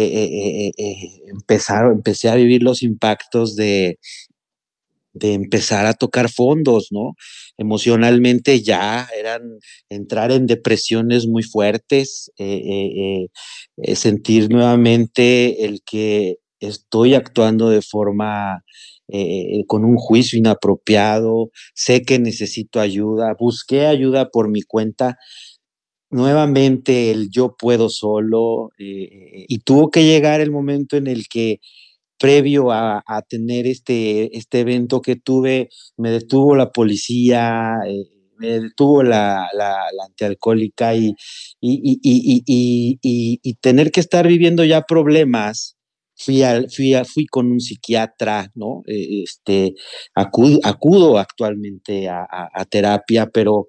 empecé a vivir los impactos de empezar a tocar fondos, ¿no? Emocionalmente ya eran entrar en depresiones muy fuertes, sentir nuevamente el que estoy actuando de forma con un juicio inapropiado, sé que necesito ayuda, busqué ayuda por mi cuenta. Nuevamente el yo puedo solo, y tuvo que llegar el momento en el que, previo a tener este evento que tuve, me detuvo la policía, me detuvo la antialcohólica, y tener que estar viviendo ya problemas. Fui con un psiquiatra, ¿no? Acudo actualmente a terapia, pero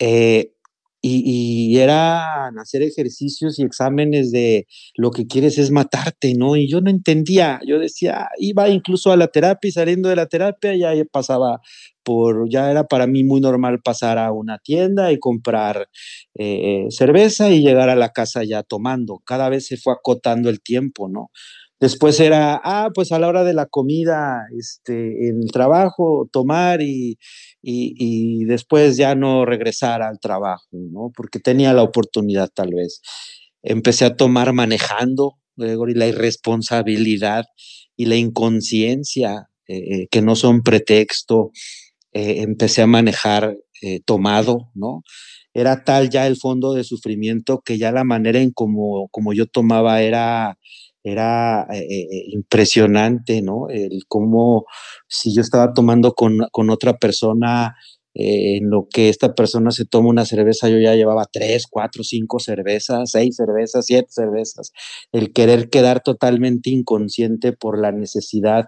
eran hacer ejercicios y exámenes de lo que quieres es matarte, ¿no? Y yo no entendía, yo decía, iba incluso a la terapia, y saliendo de la terapia ya ya era para mí muy normal pasar a una tienda y comprar cerveza y llegar a la casa ya tomando. Cada vez se fue acotando el tiempo, ¿no? Después era, pues a la hora de la comida, en el trabajo, tomar y después ya no regresar al trabajo, ¿no? Porque tenía la oportunidad tal vez. Empecé a tomar manejando, Gregory, la irresponsabilidad y la inconsciencia, que no son pretexto. empecé a manejar tomado, ¿no? Era tal ya el fondo de sufrimiento que ya la manera en como yo tomaba era impresionante, ¿no? El cómo si yo estaba tomando con otra persona, en lo que esta persona se toma una cerveza, yo ya llevaba 3, 4, 5 cervezas, 6 cervezas, 7 cervezas. El querer quedar totalmente inconsciente por la necesidad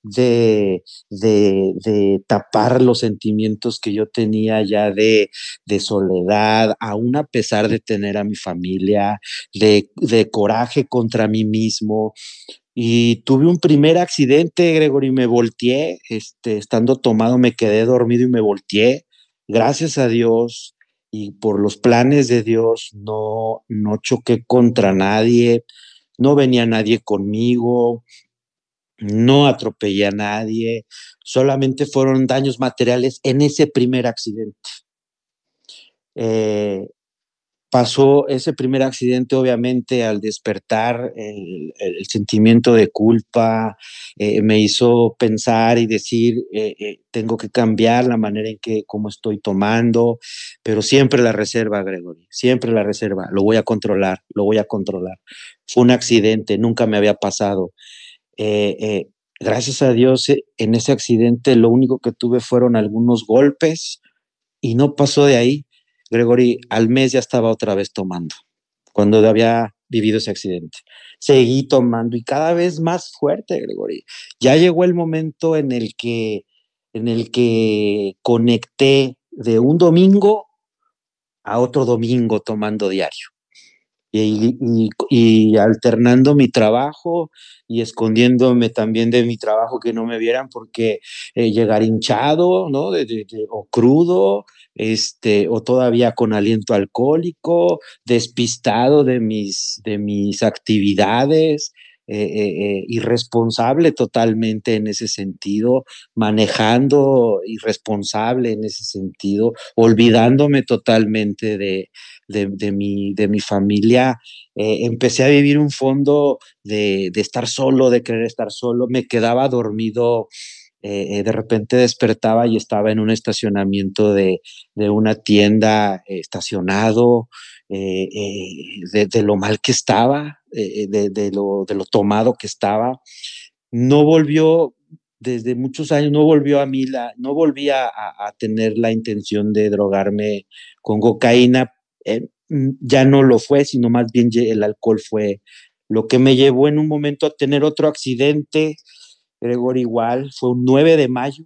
de tapar los sentimientos que yo tenía ya de soledad, aún a pesar de tener a mi familia, de coraje contra mí mismo. Y tuve un primer accidente, Gregory, me volteé, estando tomado me quedé dormido y me volteé. Gracias a Dios y por los planes de Dios no choqué contra nadie, no venía nadie conmigo, no atropellé a nadie, solamente fueron daños materiales en ese primer accidente. Eh, Pasó ese primer accidente, obviamente, al despertar el sentimiento de culpa, me hizo pensar y decir, tengo que cambiar la manera en que, cómo estoy tomando, pero siempre la reserva, Gregory, siempre la reserva, lo voy a controlar, lo voy a controlar. Fue un accidente, nunca me había pasado. Gracias a Dios, en ese accidente lo único que tuve fueron algunos golpes y no pasó de ahí. Gregory, al mes ya estaba otra vez tomando, cuando había vivido ese accidente. Seguí tomando y cada vez más fuerte, Gregory. Ya llegó el momento en el que conecté de un domingo a otro domingo tomando diario. Y alternando mi trabajo y escondiéndome también de mi trabajo que no me vieran porque llegar hinchado, ¿no? O crudo, o todavía con aliento alcohólico, despistado de mis actividades, irresponsable totalmente en ese sentido, manejando irresponsable en ese sentido, olvidándome totalmente de mi familia. Empecé a vivir un fondo de estar solo, de querer estar solo. Me quedaba dormido, de repente despertaba y estaba en un estacionamiento de una tienda, estacionado, de lo mal que estaba, de lo tomado que estaba. No volvió, desde muchos años, no volvió a mí, no volví a tener la intención de drogarme con cocaína. Ya no lo fue, sino más bien el alcohol fue lo que me llevó en un momento a tener otro accidente, Gregor, igual, fue un 9 de mayo,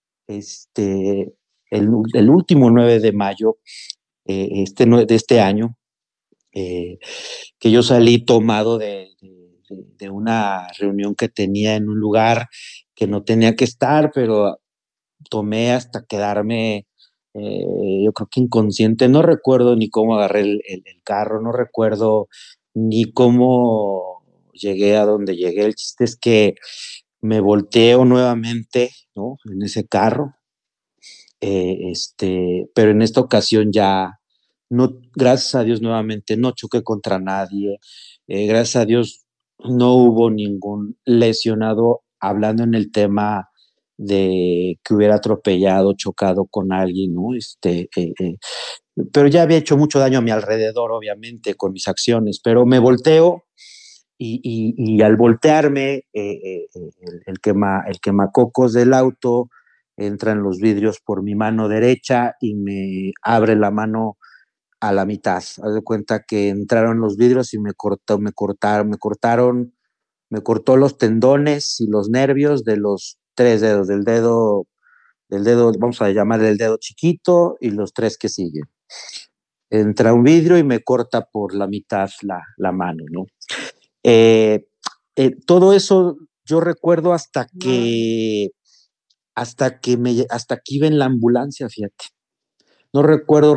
el último 9 de mayo de este año, que yo salí tomado de una reunión que tenía en un lugar que no tenía que estar, pero tomé hasta quedarme, yo creo que inconsciente. No recuerdo ni cómo agarré el carro, no recuerdo ni cómo llegué a donde llegué. El chiste es que me volteo nuevamente, ¿no? En ese carro, pero en esta ocasión ya, no, gracias a Dios nuevamente, no choqué contra nadie, gracias a Dios no hubo ningún lesionado, hablando en el tema de que hubiera atropellado, chocado con alguien, ¿no? Pero ya había hecho mucho daño a mi alrededor, obviamente, con mis acciones, pero me volteo y al voltearme, el quemacocos del auto entra en los vidrios por mi mano derecha y me abre la mano a la mitad. Haz de cuenta que entraron los vidrios y me cortó los tendones y los nervios de los 3 dedos, del dedo, vamos a llamarle el dedo chiquito y los 3 que siguen. Entra un vidrio y me corta por la mitad la mano, ¿no? Todo eso yo recuerdo hasta que iba en la ambulancia, fíjate. No recuerdo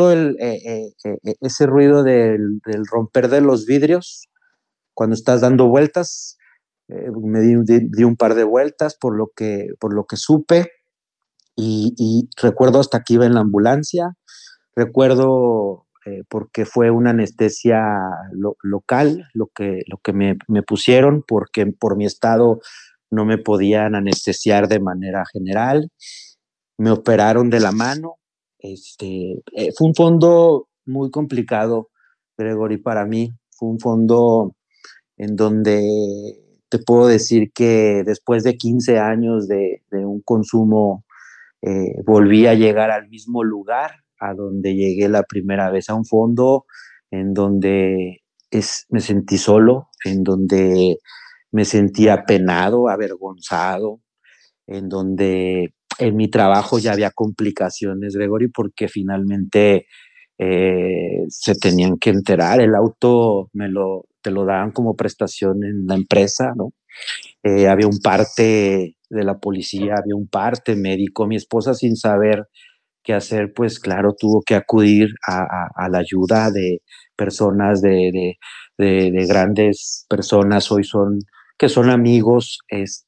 ese ruido del romper de los vidrios cuando estás dando vueltas. Me di un par de vueltas por lo que supe y recuerdo hasta que iba en la ambulancia. Recuerdo porque fue una anestesia local lo que me pusieron, porque por mi estado no me podían anestesiar de manera general. me operaron de la mano. Fue un fondo muy complicado, Gregory, para mí. Fue un fondo en donde te puedo decir que después de 15 años de un consumo, volví a llegar al mismo lugar a donde llegué la primera vez, a un fondo en donde me sentí solo, en donde me sentí apenado, avergonzado, en donde en mi trabajo ya había complicaciones, Gregory, porque finalmente se tenían que enterar. El auto te lo daban como prestación en la empresa, ¿no? Había un parte de la policía, había un parte médico. Mi esposa, sin saber qué hacer, pues claro, tuvo que acudir a la ayuda de personas, de grandes personas, que son amigos,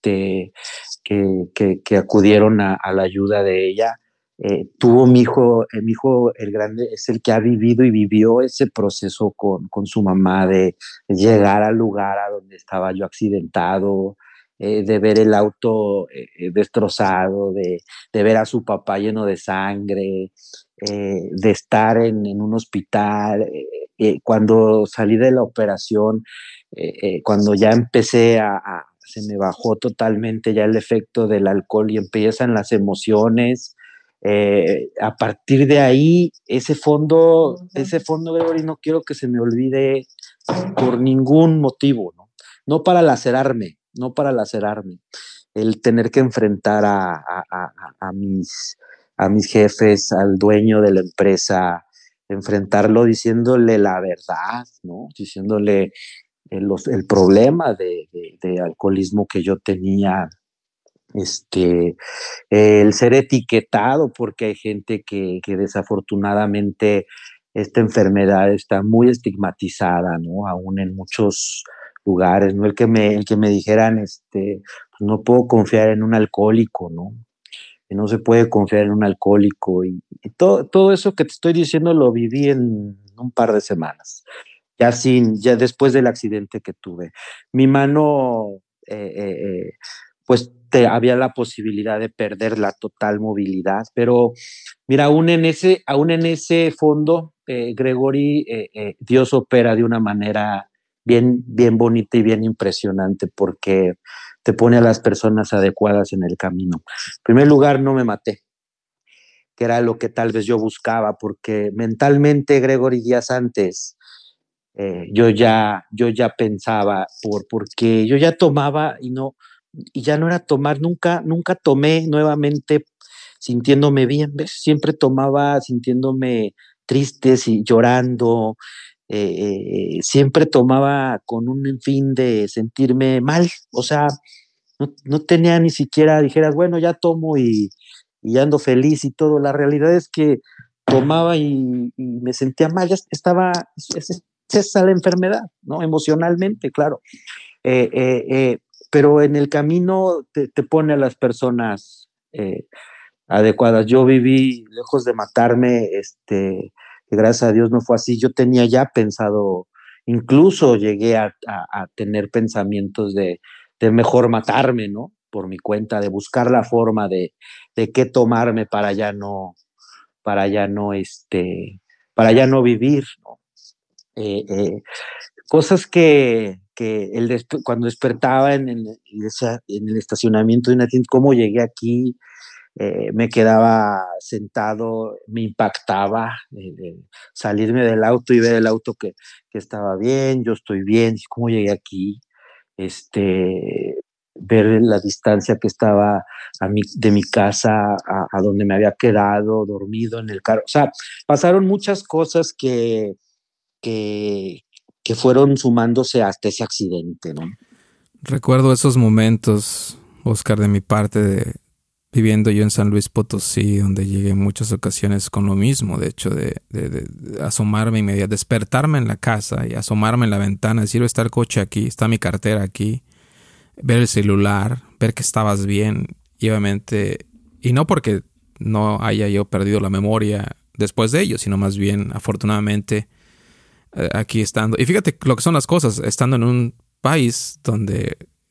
que acudieron a la ayuda de ella. Tuvo mi hijo el grande, es el que ha vivido y vivió ese proceso con su mamá de llegar al lugar a donde estaba yo accidentado, de ver el auto destrozado, de ver a su papá lleno de sangre, de estar en un hospital. Cuando salí de la operación, cuando ya empecé se me bajó totalmente ya el efecto del alcohol y empiezan las emociones. A partir de ahí, ese fondo, Gregory, no quiero que se me olvide por ningún motivo, ¿no? No para lacerarme, el tener que enfrentar a mis jefes, al dueño de la empresa, enfrentarlo diciéndole la verdad, ¿no? Diciéndole el problema de alcoholismo que yo tenía, el ser etiquetado, porque hay gente que desafortunadamente esta enfermedad está muy estigmatizada, ¿no? Aún en muchos lugares, ¿no? El que me dijeran, pues no puedo confiar en un alcohólico, ¿no? Que no se puede confiar en un alcohólico, y todo eso que te estoy diciendo lo viví en un par de semanas, ya después del accidente que tuve. Mi mano, pues había la posibilidad de perder la total movilidad, pero mira, aún en ese fondo, Gregory, Dios opera de una manera bien, bien bonita y bien impresionante, porque te pone a las personas adecuadas en el camino. En primer lugar, no me maté, que era lo que tal vez yo buscaba, porque mentalmente, Gregory, días antes, yo ya pensaba, porque yo ya tomaba y ya no era tomar, nunca tomé nuevamente sintiéndome bien, ¿ves? Siempre tomaba sintiéndome triste y llorando, siempre tomaba con un fin de sentirme mal, o sea, no tenía ni siquiera, dijeras, bueno, ya tomo y ando feliz y todo. La realidad es que tomaba y me sentía mal, ya estaba, esa la enfermedad, ¿no? Emocionalmente, claro. Pero en el camino te pone a las personas adecuadas. Yo viví lejos de matarme, que gracias a Dios no fue así. Yo tenía ya pensado, incluso llegué a tener pensamientos de mejor matarme, ¿no? Por mi cuenta, de buscar la forma de qué tomarme para ya no vivir, ¿no? Cosas que cuando despertaba en el estacionamiento de una tienda, cómo llegué aquí, me quedaba sentado, me impactaba salirme del auto y ver el auto que estaba bien, yo estoy bien, cómo llegué aquí, ver la distancia que estaba de mi casa a donde me había quedado dormido en el carro. O sea, pasaron muchas cosas que fueron sumándose hasta ese accidente, ¿no? Recuerdo esos momentos, Oscar, de mi parte, viviendo yo en San Luis Potosí, donde llegué en muchas ocasiones con lo mismo, de hecho, de asomarme inmediatamente, despertarme en la casa y asomarme en la ventana, decir, está el coche aquí, está mi cartera aquí, ver el celular, ver que estabas bien, y obviamente, y no porque no haya yo perdido la memoria después de ello, sino más bien, afortunadamente, aquí estando. Y fíjate lo que son las cosas, estando en un país donde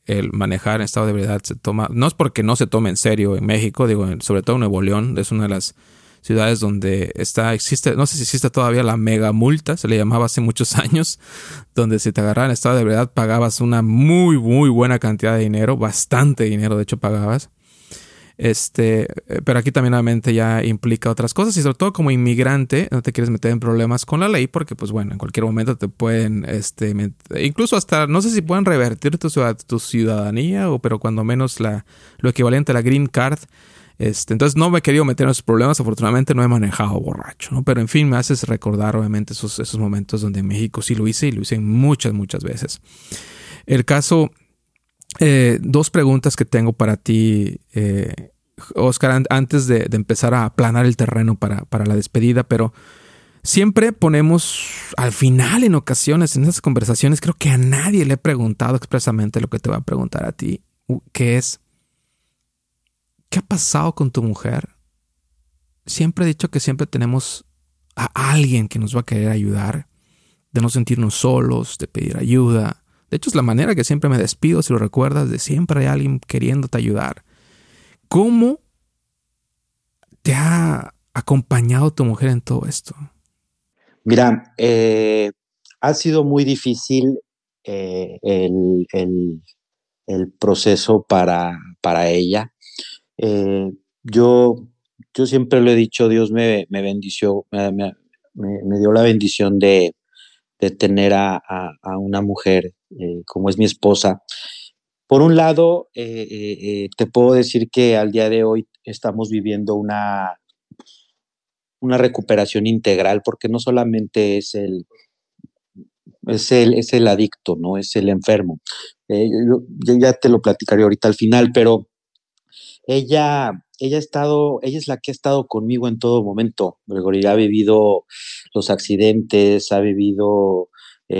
el manejar en estado de ebriedad se toma, no es porque no se tome en serio en México, digo, sobre todo en Nuevo León, es una de las ciudades donde existe, no sé si existe todavía la mega multa, se le llamaba hace muchos años, donde si te agarraban en estado de ebriedad pagabas una muy, muy buena cantidad de dinero, bastante dinero de hecho pagabas. Pero aquí también obviamente ya implica otras cosas y sobre todo como inmigrante no te quieres meter en problemas con la ley porque pues bueno, en cualquier momento te pueden, incluso hasta, no sé si pueden revertir tu ciudadanía pero cuando menos lo equivalente a la green card. Entonces no me he querido meter en esos problemas, afortunadamente no he manejado borracho, ¿no? Pero en fin, me haces recordar obviamente esos momentos donde en México sí lo hice y lo hice muchas veces. El caso, dos preguntas que tengo para ti, Oscar, antes de empezar a aplanar el terreno para la despedida, pero siempre ponemos al final en ocasiones en esas conversaciones, creo que a nadie le he preguntado expresamente lo que te voy a preguntar a ti, que es, ¿qué ha pasado con tu mujer? Siempre he dicho que siempre tenemos a alguien que nos va a querer ayudar, de no sentirnos solos, de pedir ayuda. De hecho, es la manera que siempre me despido, si lo recuerdas, de siempre hay alguien queriéndote ayudar. ¿Cómo te ha acompañado tu mujer en todo esto? Mira, ha sido muy difícil el proceso para ella. Yo siempre lo he dicho, Dios me bendició, me dio la bendición de tener a una mujer como es mi esposa. Por un lado, te puedo decir que al día de hoy estamos viviendo una recuperación integral, porque no solamente es el adicto, ¿no? Es el enfermo. Yo ya te lo platicaré ahorita al final, pero ella es la que ha estado conmigo en todo momento. Gregory ha vivido los accidentes, ha vivido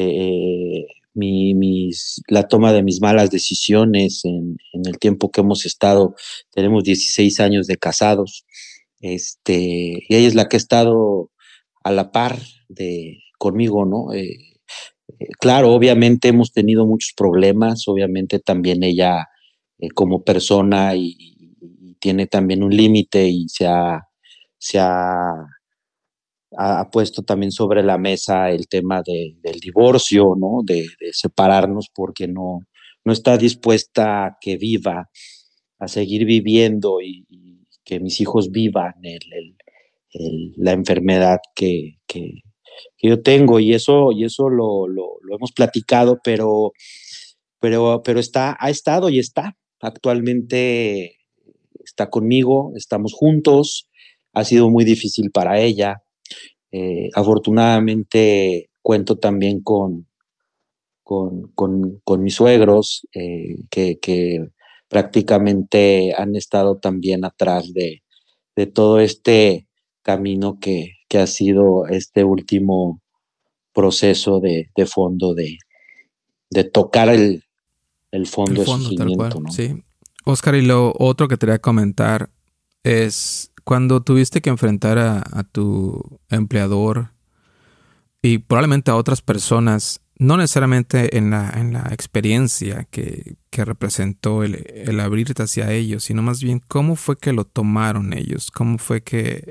la toma de mis malas decisiones en el tiempo que hemos estado. Tenemos 16 años de casados, y ella es la que ha estado a la par conmigo, ¿no? Claro, obviamente hemos tenido muchos problemas, obviamente también ella como persona y tiene también un límite y se ha puesto también sobre la mesa el tema del divorcio, ¿no? De separarnos porque no está dispuesta a que viva, a seguir viviendo y que mis hijos vivan la enfermedad que yo tengo, y eso lo hemos platicado, pero ha estado y está. Actualmente está conmigo, estamos juntos, ha sido muy difícil para ella. Afortunadamente cuento también con mis suegros que prácticamente han estado también atrás de todo este camino que ha sido este último proceso de fondo, de tocar el fondo del sufrimiento, ¿no? Sí. Oscar, y lo otro que te quería comentar es cuando tuviste que enfrentar a tu empleador y probablemente a otras personas, no necesariamente en la experiencia que representó el abrirte hacia ellos, sino más bien cómo fue que lo tomaron ellos, cómo fue que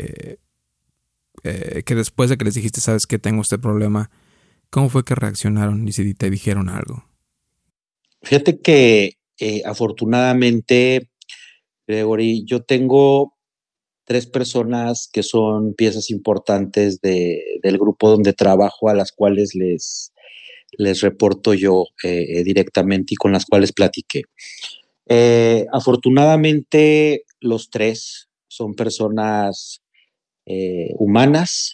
después de que les dijiste, sabes que tengo este problema, ¿cómo fue que reaccionaron y si te dijeron algo? Fíjate que afortunadamente, Gregory, yo tengo 3 personas que son piezas importantes del grupo donde trabajo, a las cuales les reporto yo directamente y con las cuales platiqué. Afortunadamente, los 3 son personas humanas,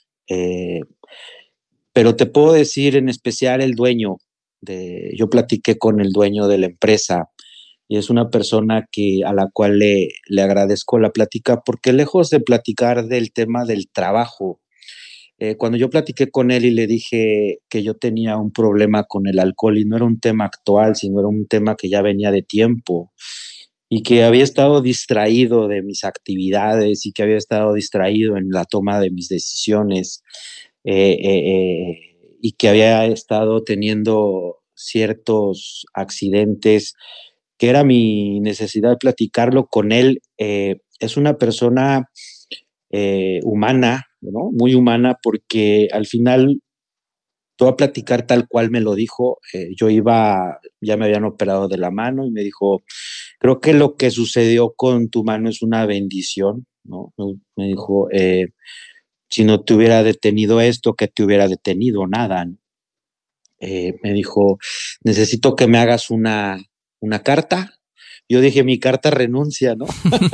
pero te puedo decir en especial el dueño. Yo platiqué con el dueño de la empresa y es una persona a la cual le agradezco la plática, porque lejos de platicar del tema del trabajo, cuando yo platiqué con él y le dije que yo tenía un problema con el alcohol y no era un tema actual, sino era un tema que ya venía de tiempo y que había estado distraído de mis actividades y que había estado distraído en la toma de mis decisiones, y que había estado teniendo ciertos accidentes, que era mi necesidad de platicarlo con él. Es una persona humana, ¿no? Muy humana, porque al final te voy a platicar tal cual me lo dijo. Ya me habían operado de la mano y me dijo, creo que lo que sucedió con tu mano es una bendición, ¿no? Me dijo, si no te hubiera detenido esto, ¿qué te hubiera detenido? Nada, ¿no? Me dijo, necesito que me hagas una carta. Yo dije, mi carta renuncia, ¿no?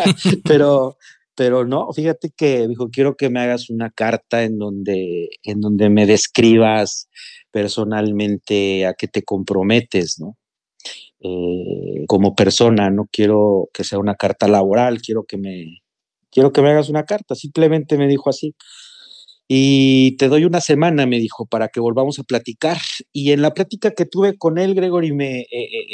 Pero no, fíjate que dijo, quiero que me hagas una carta en donde me describas personalmente a qué te comprometes, ¿no? Como persona, no quiero que sea una carta laboral, quiero que me hagas una carta. Simplemente me dijo así. Y te doy una semana, me dijo, para que volvamos a platicar. Y en la plática que tuve con él, Gregory me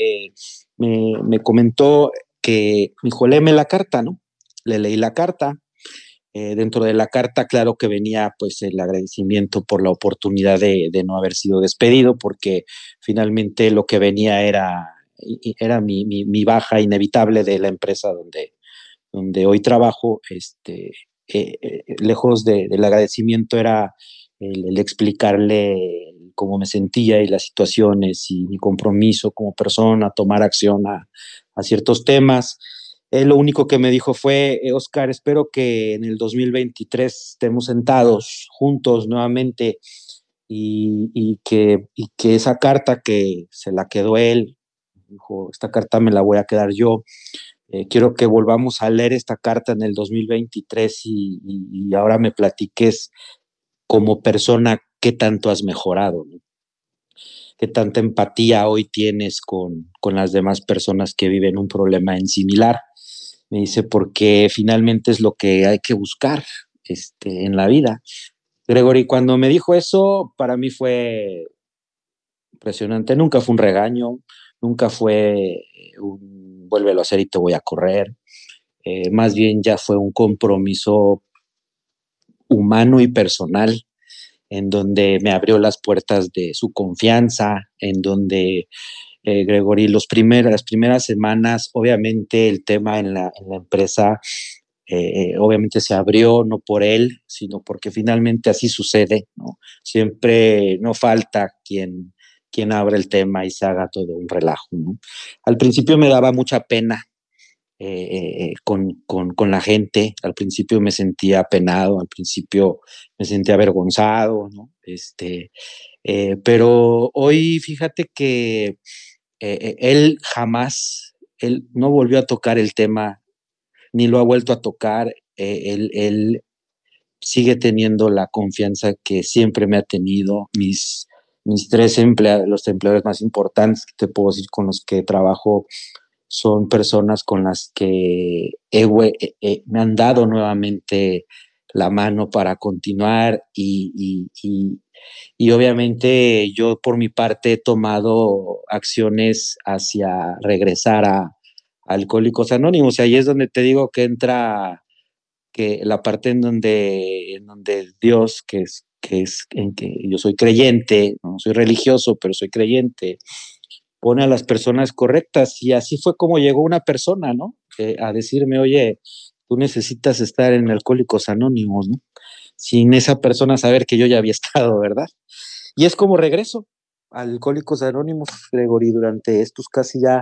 comentó que, me dijo, léeme la carta, ¿no? Le leí la carta. Dentro de la carta, claro que venía pues el agradecimiento por la oportunidad de no haber sido despedido, porque finalmente lo que venía era mi baja inevitable de la empresa donde hoy trabajo. Lejos del agradecimiento era el explicarle cómo me sentía y las situaciones y mi compromiso como persona, tomar acción a ciertos temas. Lo único que me dijo fue, Oscar, espero que en el 2023 estemos sentados juntos nuevamente y que esa carta que se la quedó él, dijo, esta carta me la voy a quedar yo. Quiero que volvamos a leer esta carta en el 2023 y ahora me platiques como persona qué tanto has mejorado, ¿no? Qué tanta empatía hoy tienes con las demás personas que viven un problema en similar. Me dice, porque finalmente es lo que hay que buscar en la vida. Gregory, cuando me dijo eso, para mí fue impresionante. Nunca fue un regaño, nunca fue un vuélvelo a hacer y te voy a correr. Más bien ya fue un compromiso humano y personal, en donde me abrió las puertas de su confianza, en donde Gregory, las primeras semanas, obviamente el tema en la empresa, obviamente se abrió, no por él, sino porque finalmente así sucede, ¿no? Siempre no falta quien abre el tema y se haga todo un relajo, ¿no? Al principio me daba mucha pena con la gente. Al principio me sentía apenado, al principio me sentía avergonzado, ¿no? Pero hoy fíjate que él no volvió a tocar el tema, ni lo ha vuelto a tocar. Él sigue teniendo la confianza que siempre me ha tenido. Mis 3 los empleadores más importantes que te puedo decir con los que trabajo son personas con las que me han dado nuevamente la mano para continuar y obviamente yo por mi parte he tomado acciones hacia regresar a Alcohólicos Anónimos. Y ahí es donde te digo que entra que la parte en donde Dios, que en que yo soy creyente, no soy religioso, pero soy creyente, pone a las personas correctas. Y así fue como llegó una persona, ¿no? A decirme, oye, tú necesitas estar en Alcohólicos Anónimos, ¿no? Sin esa persona saber que yo ya había estado, ¿verdad? Y es como regreso a Alcohólicos Anónimos, Gregory, durante estos casi ya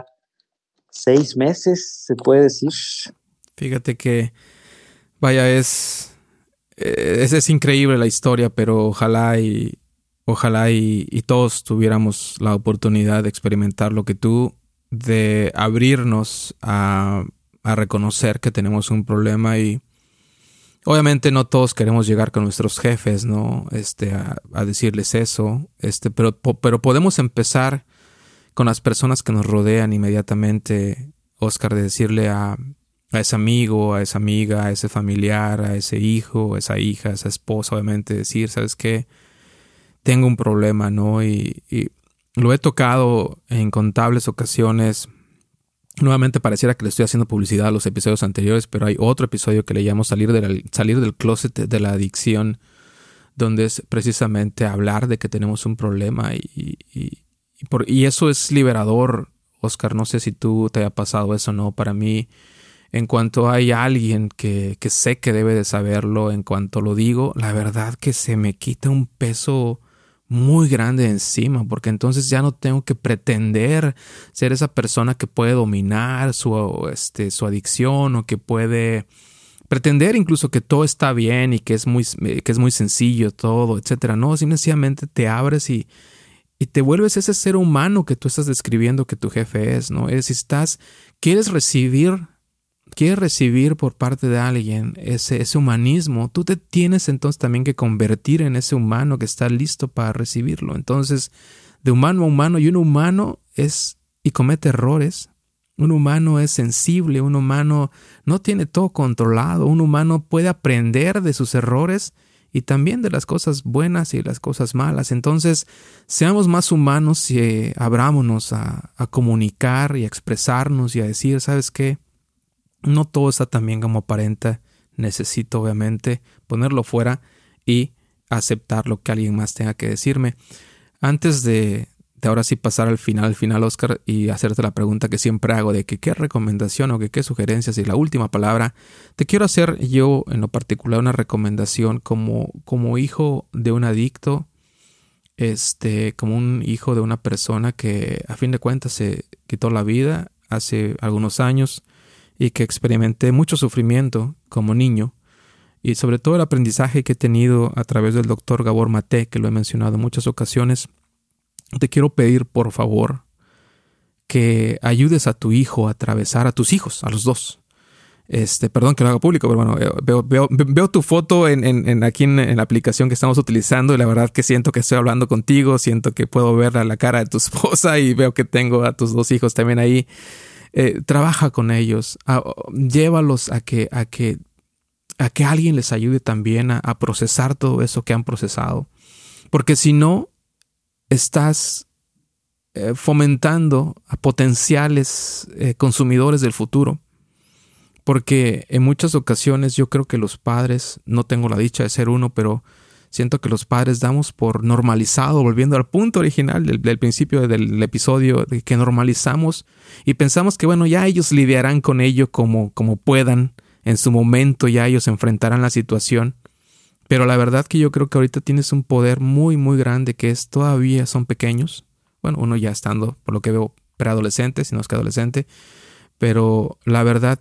6 meses, se puede decir. Fíjate que, vaya, es increíble la historia, pero ojalá y todos tuviéramos la oportunidad de experimentar lo que tú, de abrirnos a reconocer que tenemos un problema. Y obviamente no todos queremos llegar con nuestros jefes, ¿no? A decirles eso, pero podemos empezar con las personas que nos rodean inmediatamente, Oscar, de decirle a ese amigo, a esa amiga, a ese familiar, a ese hijo, a esa hija, a esa esposa, obviamente decir, ¿sabes qué? Tengo un problema, ¿no? Y lo he tocado en incontables ocasiones. Nuevamente pareciera que le estoy haciendo publicidad a los episodios anteriores, pero hay otro episodio que le llamo salir del closet de la adicción, donde es precisamente hablar de que tenemos un problema y y eso es liberador, Oscar. No sé si tú te haya pasado eso, ¿no? Para mí, en cuanto hay alguien que sé que debe de saberlo, en cuanto lo digo, la verdad que se me quita un peso muy grande de encima, porque entonces ya no tengo que pretender ser esa persona que puede dominar su adicción, o que puede pretender incluso que todo está bien y que es muy sencillo todo, etcétera. No, sencillamente te abres y te vuelves ese ser humano que tú estás describiendo que tu jefe es, ¿no? Quieres recibir por parte de alguien ese humanismo, tú te tienes entonces también que convertir en ese humano que está listo para recibirlo. Entonces, de humano a humano, y un humano comete errores, un humano es sensible, un humano no tiene todo controlado, un humano puede aprender de sus errores y también de las cosas buenas y las cosas malas. Entonces, seamos más humanos y abrámonos a comunicar y a expresarnos y a decir, ¿sabes qué? No todo está tan bien como aparenta. Necesito, obviamente, ponerlo fuera y aceptar lo que alguien más tenga que decirme. Antes de ahora sí pasar al final, Oscar, y hacerte la pregunta que siempre hago de que qué recomendación o que qué sugerencias y la última palabra, te quiero hacer yo en lo particular una recomendación como hijo de un adicto, como un hijo de una persona que a fin de cuentas se quitó la vida hace algunos años y que experimenté mucho sufrimiento como niño, y sobre todo el aprendizaje que he tenido a través del doctor Gabor Maté, que lo he mencionado en muchas ocasiones. Te quiero pedir, por favor, que ayudes a tu hijo a atravesar, a tus hijos, a los dos. Perdón que lo haga público, pero bueno, veo tu foto aquí en la aplicación que estamos utilizando, y la verdad que siento que estoy hablando contigo, siento que puedo ver la cara de tu esposa y veo que tengo a tus dos hijos también ahí. Trabaja con ellos, llévalos a que alguien les ayude también a procesar todo eso que han procesado. Porque si no, estás fomentando a potenciales consumidores del futuro. Porque en muchas ocasiones yo creo que los padres, no tengo la dicha de ser uno, pero siento que los padres damos por normalizado, volviendo al punto original del principio del episodio, de que normalizamos y pensamos que bueno, ya ellos lidiarán con ello como puedan, en su momento ya ellos enfrentarán la situación. Pero la verdad que yo creo que ahorita tienes un poder muy, muy grande, que es todavía son pequeños. Bueno, uno ya estando, por lo que veo, preadolescente, si no es que adolescente. Pero la verdad,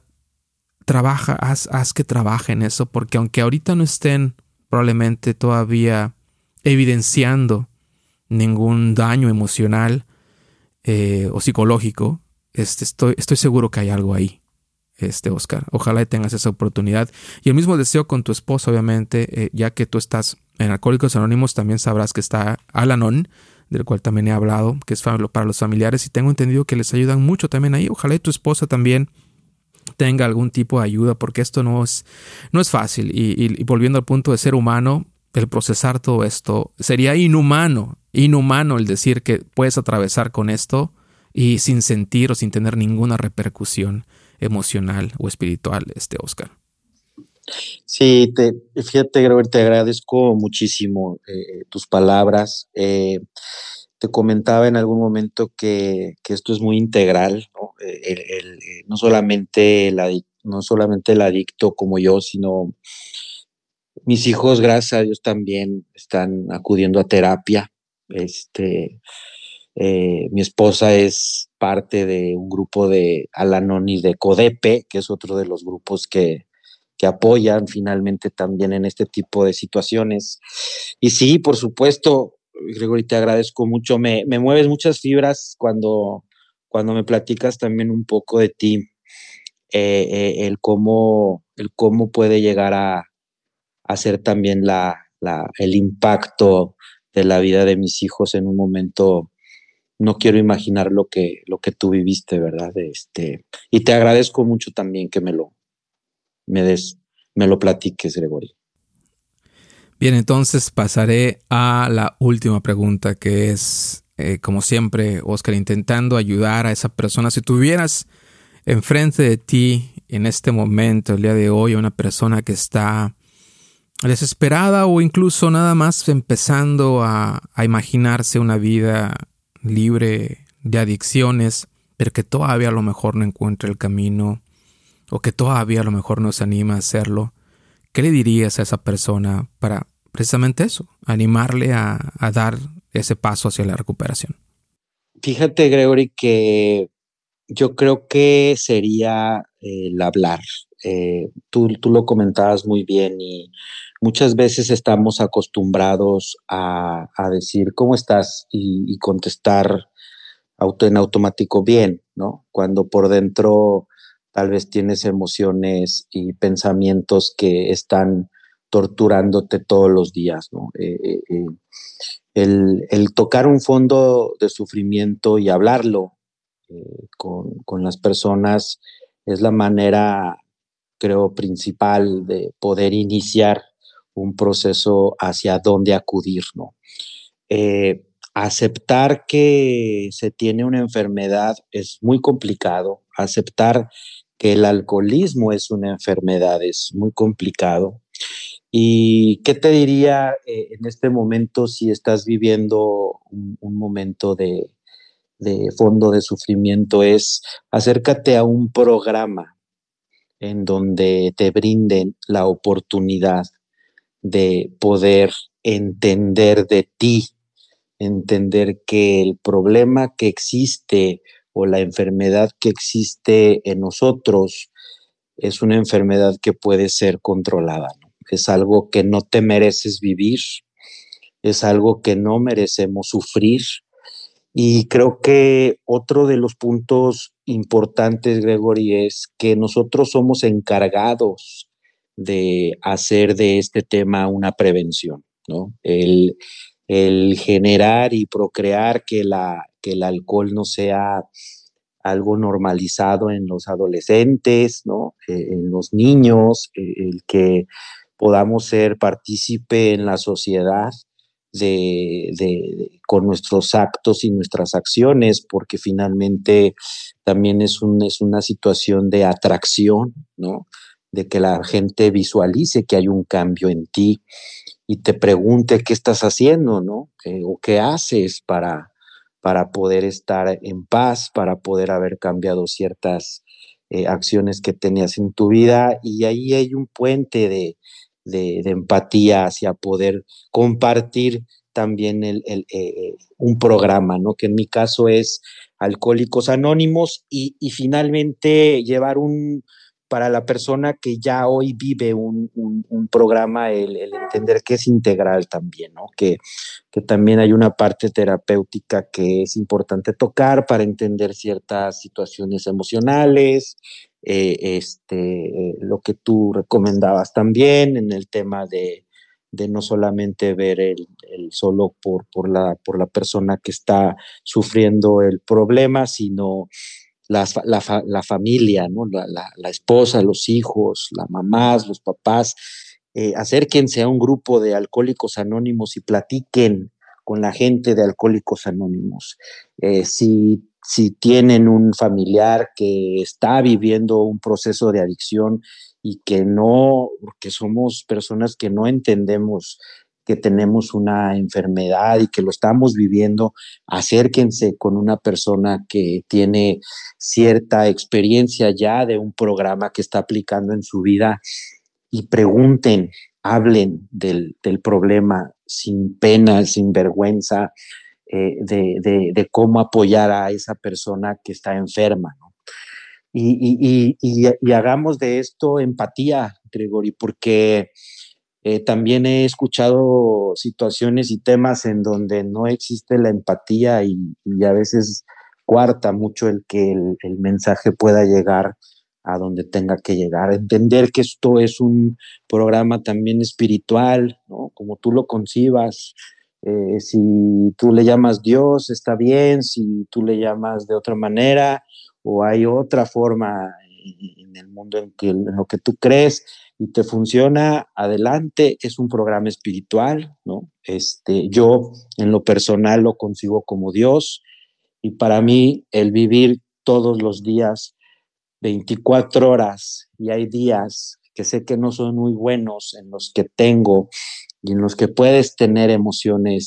haz que trabajen eso, porque aunque ahorita no estén probablemente todavía evidenciando ningún daño emocional o psicológico, estoy seguro que hay algo ahí. Oscar, ojalá tengas esa oportunidad. Y el mismo deseo con tu esposa, obviamente, ya que tú estás en Alcohólicos Anónimos, también sabrás que está Al-Anon, del cual también he hablado, que es para los familiares, y tengo entendido que les ayudan mucho también ahí. Ojalá tu esposa también tenga algún tipo de ayuda, porque esto no es fácil. Y volviendo al punto de ser humano, el procesar todo esto, sería inhumano el decir que puedes atravesar con esto y sin sentir o sin tener ninguna repercusión emocional o espiritual, Oscar. Sí, fíjate, Gregory, te agradezco muchísimo tus palabras. Te comentaba en algún momento que esto es muy integral, ¿no? No solamente el adicto como yo, sino mis hijos, gracias a Dios, también están acudiendo a terapia. Mi esposa es parte de un grupo de Al-Anon y de CODEPE, que es otro de los grupos que apoyan finalmente también en este tipo de situaciones. Y sí, por supuesto, Gregory, te agradezco mucho. Me mueves muchas fibras cuando me platicas también un poco de ti, el cómo puede llegar a ser también el impacto de la vida de mis hijos en un momento. No quiero imaginar lo que tú viviste, ¿verdad? Y te agradezco mucho también que me lo platiques, Gregory. Bien, entonces pasaré a la última pregunta, que es, como siempre, Oscar, intentando ayudar a esa persona. Si tuvieras enfrente de ti en este momento, el día de hoy, a una persona que está desesperada o incluso nada más empezando a imaginarse una vida libre de adicciones, pero que todavía a lo mejor no encuentra el camino o que todavía a lo mejor no se anima a hacerlo, ¿qué le dirías a esa persona para precisamente eso, animarle a dar ese paso hacia la recuperación? Fíjate, Gregory, que yo creo que sería el hablar. Tú lo comentabas muy bien y muchas veces estamos acostumbrados a decir ¿cómo estás? Y contestar en automático bien, ¿no? Cuando por dentro tal vez tienes emociones y pensamientos que están torturándote todos los días, ¿no? El tocar un fondo de sufrimiento y hablarlo con las personas es la manera, creo, principal de poder iniciar un proceso hacia dónde acudir, ¿no? Aceptar que se tiene una enfermedad es muy complicado. Aceptar que el alcoholismo es una enfermedad es muy complicado. ¿Y qué te diría en este momento si estás viviendo un momento de fondo de sufrimiento? Es acércate a un programa en donde te brinden la oportunidad de poder entender de ti, entender que el problema que existe o la enfermedad que existe en nosotros es una enfermedad que puede ser controlada, ¿no? Es algo que no te mereces vivir, es algo que no merecemos sufrir. Y creo que otro de los puntos importantes, Gregory, es que nosotros somos encargados de hacer de este tema una prevención, ¿no? El generar y procrear que el alcohol no sea algo normalizado en los adolescentes, ¿no? En los niños, el que podamos ser partícipe en la sociedad con nuestros actos y nuestras acciones, porque finalmente también es una situación de atracción, ¿no? De que la gente visualice que hay un cambio en ti y te pregunte qué estás haciendo, ¿no? O qué haces para poder estar en paz, para poder haber cambiado ciertas acciones que tenías en tu vida. Y ahí hay un puente de empatía hacia poder compartir también un programa, ¿no? Que en mi caso es Alcohólicos Anónimos y finalmente llevar para la persona que ya hoy vive un programa, el entender que es integral también, ¿no? Que también hay una parte terapéutica que es importante tocar para entender ciertas situaciones emocionales, lo que tú recomendabas también en el tema de no solamente ver el solo por la persona que está sufriendo el problema, sino la familia, ¿no? La esposa, los hijos, las mamás, los papás. Acérquense a un grupo de Alcohólicos Anónimos y platiquen con la gente de Alcohólicos Anónimos. Si tienen un familiar que está viviendo un proceso de adicción y que somos personas que no entendemos que tenemos una enfermedad y que lo estamos viviendo, acérquense con una persona que tiene cierta experiencia ya de un programa que está aplicando en su vida y pregunten, hablen del problema sin pena, sin vergüenza, de cómo apoyar a esa persona que está enferma, ¿no? Y hagamos de esto empatía, Gregory, porque también he escuchado situaciones y temas en donde no existe la empatía y a veces cuarta mucho el que el mensaje pueda llegar a donde tenga que llegar. Entender que esto es un programa también espiritual, ¿no? Como tú lo concibas. Si tú le llamas Dios, está bien. Si tú le llamas de otra manera o hay otra forma en el mundo en lo que tú crees y te funciona, adelante. Es un programa espiritual, ¿no? Yo en lo personal lo concibo como Dios y para mí el vivir todos los días 24 horas, y hay días que sé que no son muy buenos, en los que tengo y en los que puedes tener emociones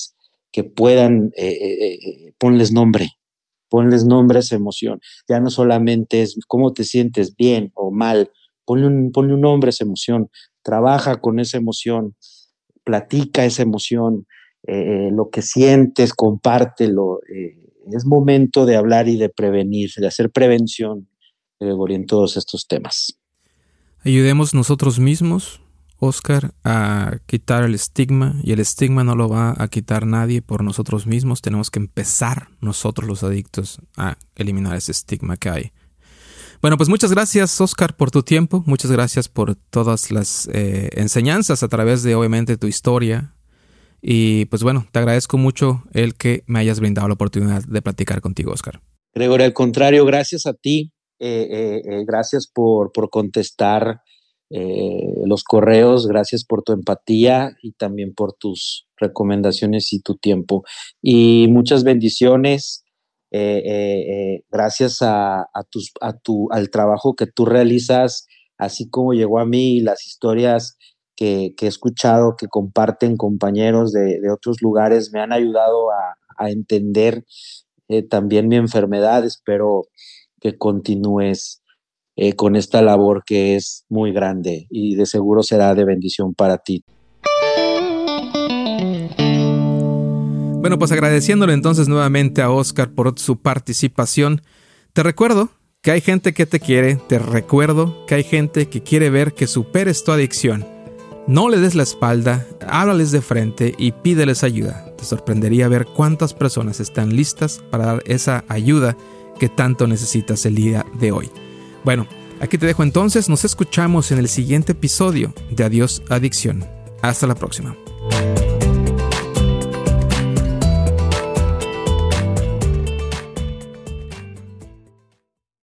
que puedan, ponles nombre a esa emoción. Ya no solamente es cómo te sientes, bien o mal, ponle un nombre a esa emoción, trabaja con esa emoción, platica esa emoción, lo que sientes, compártelo. Es momento de hablar y de prevenir, de hacer prevención, Gregory, en todos estos temas. Ayudemos nosotros mismos, Oscar, a quitar el estigma, y el estigma no lo va a quitar nadie por nosotros mismos. Tenemos que empezar nosotros los adictos a eliminar ese estigma que hay. Bueno, pues muchas gracias, Oscar, por tu tiempo. Muchas gracias por todas las enseñanzas a través de, obviamente, tu historia. Y pues bueno, te agradezco mucho el que me hayas brindado la oportunidad de platicar contigo, Oscar. Gregory, al contrario, gracias a ti. Gracias por contestar los correos, gracias por tu empatía y también por tus recomendaciones y tu tiempo. Y muchas bendiciones. Gracias al trabajo que tú realizas, así como llegó a mí, las historias que he escuchado que comparten compañeros de otros lugares me han ayudado a entender también mi enfermedad. Espero que continúes con esta labor que es muy grande y de seguro será de bendición para ti. Bueno, pues agradeciéndole entonces nuevamente a Oscar por su participación. Te recuerdo que hay gente que te quiere, te recuerdo que hay gente que quiere ver que superes tu adicción. No le des la espalda, háblales de frente y pídeles ayuda. Te sorprendería ver cuántas personas están listas para dar esa ayuda que tanto necesitas el día de hoy. Bueno, aquí te dejo entonces. Nos escuchamos en el siguiente episodio de Adiós Adicción. Hasta la próxima.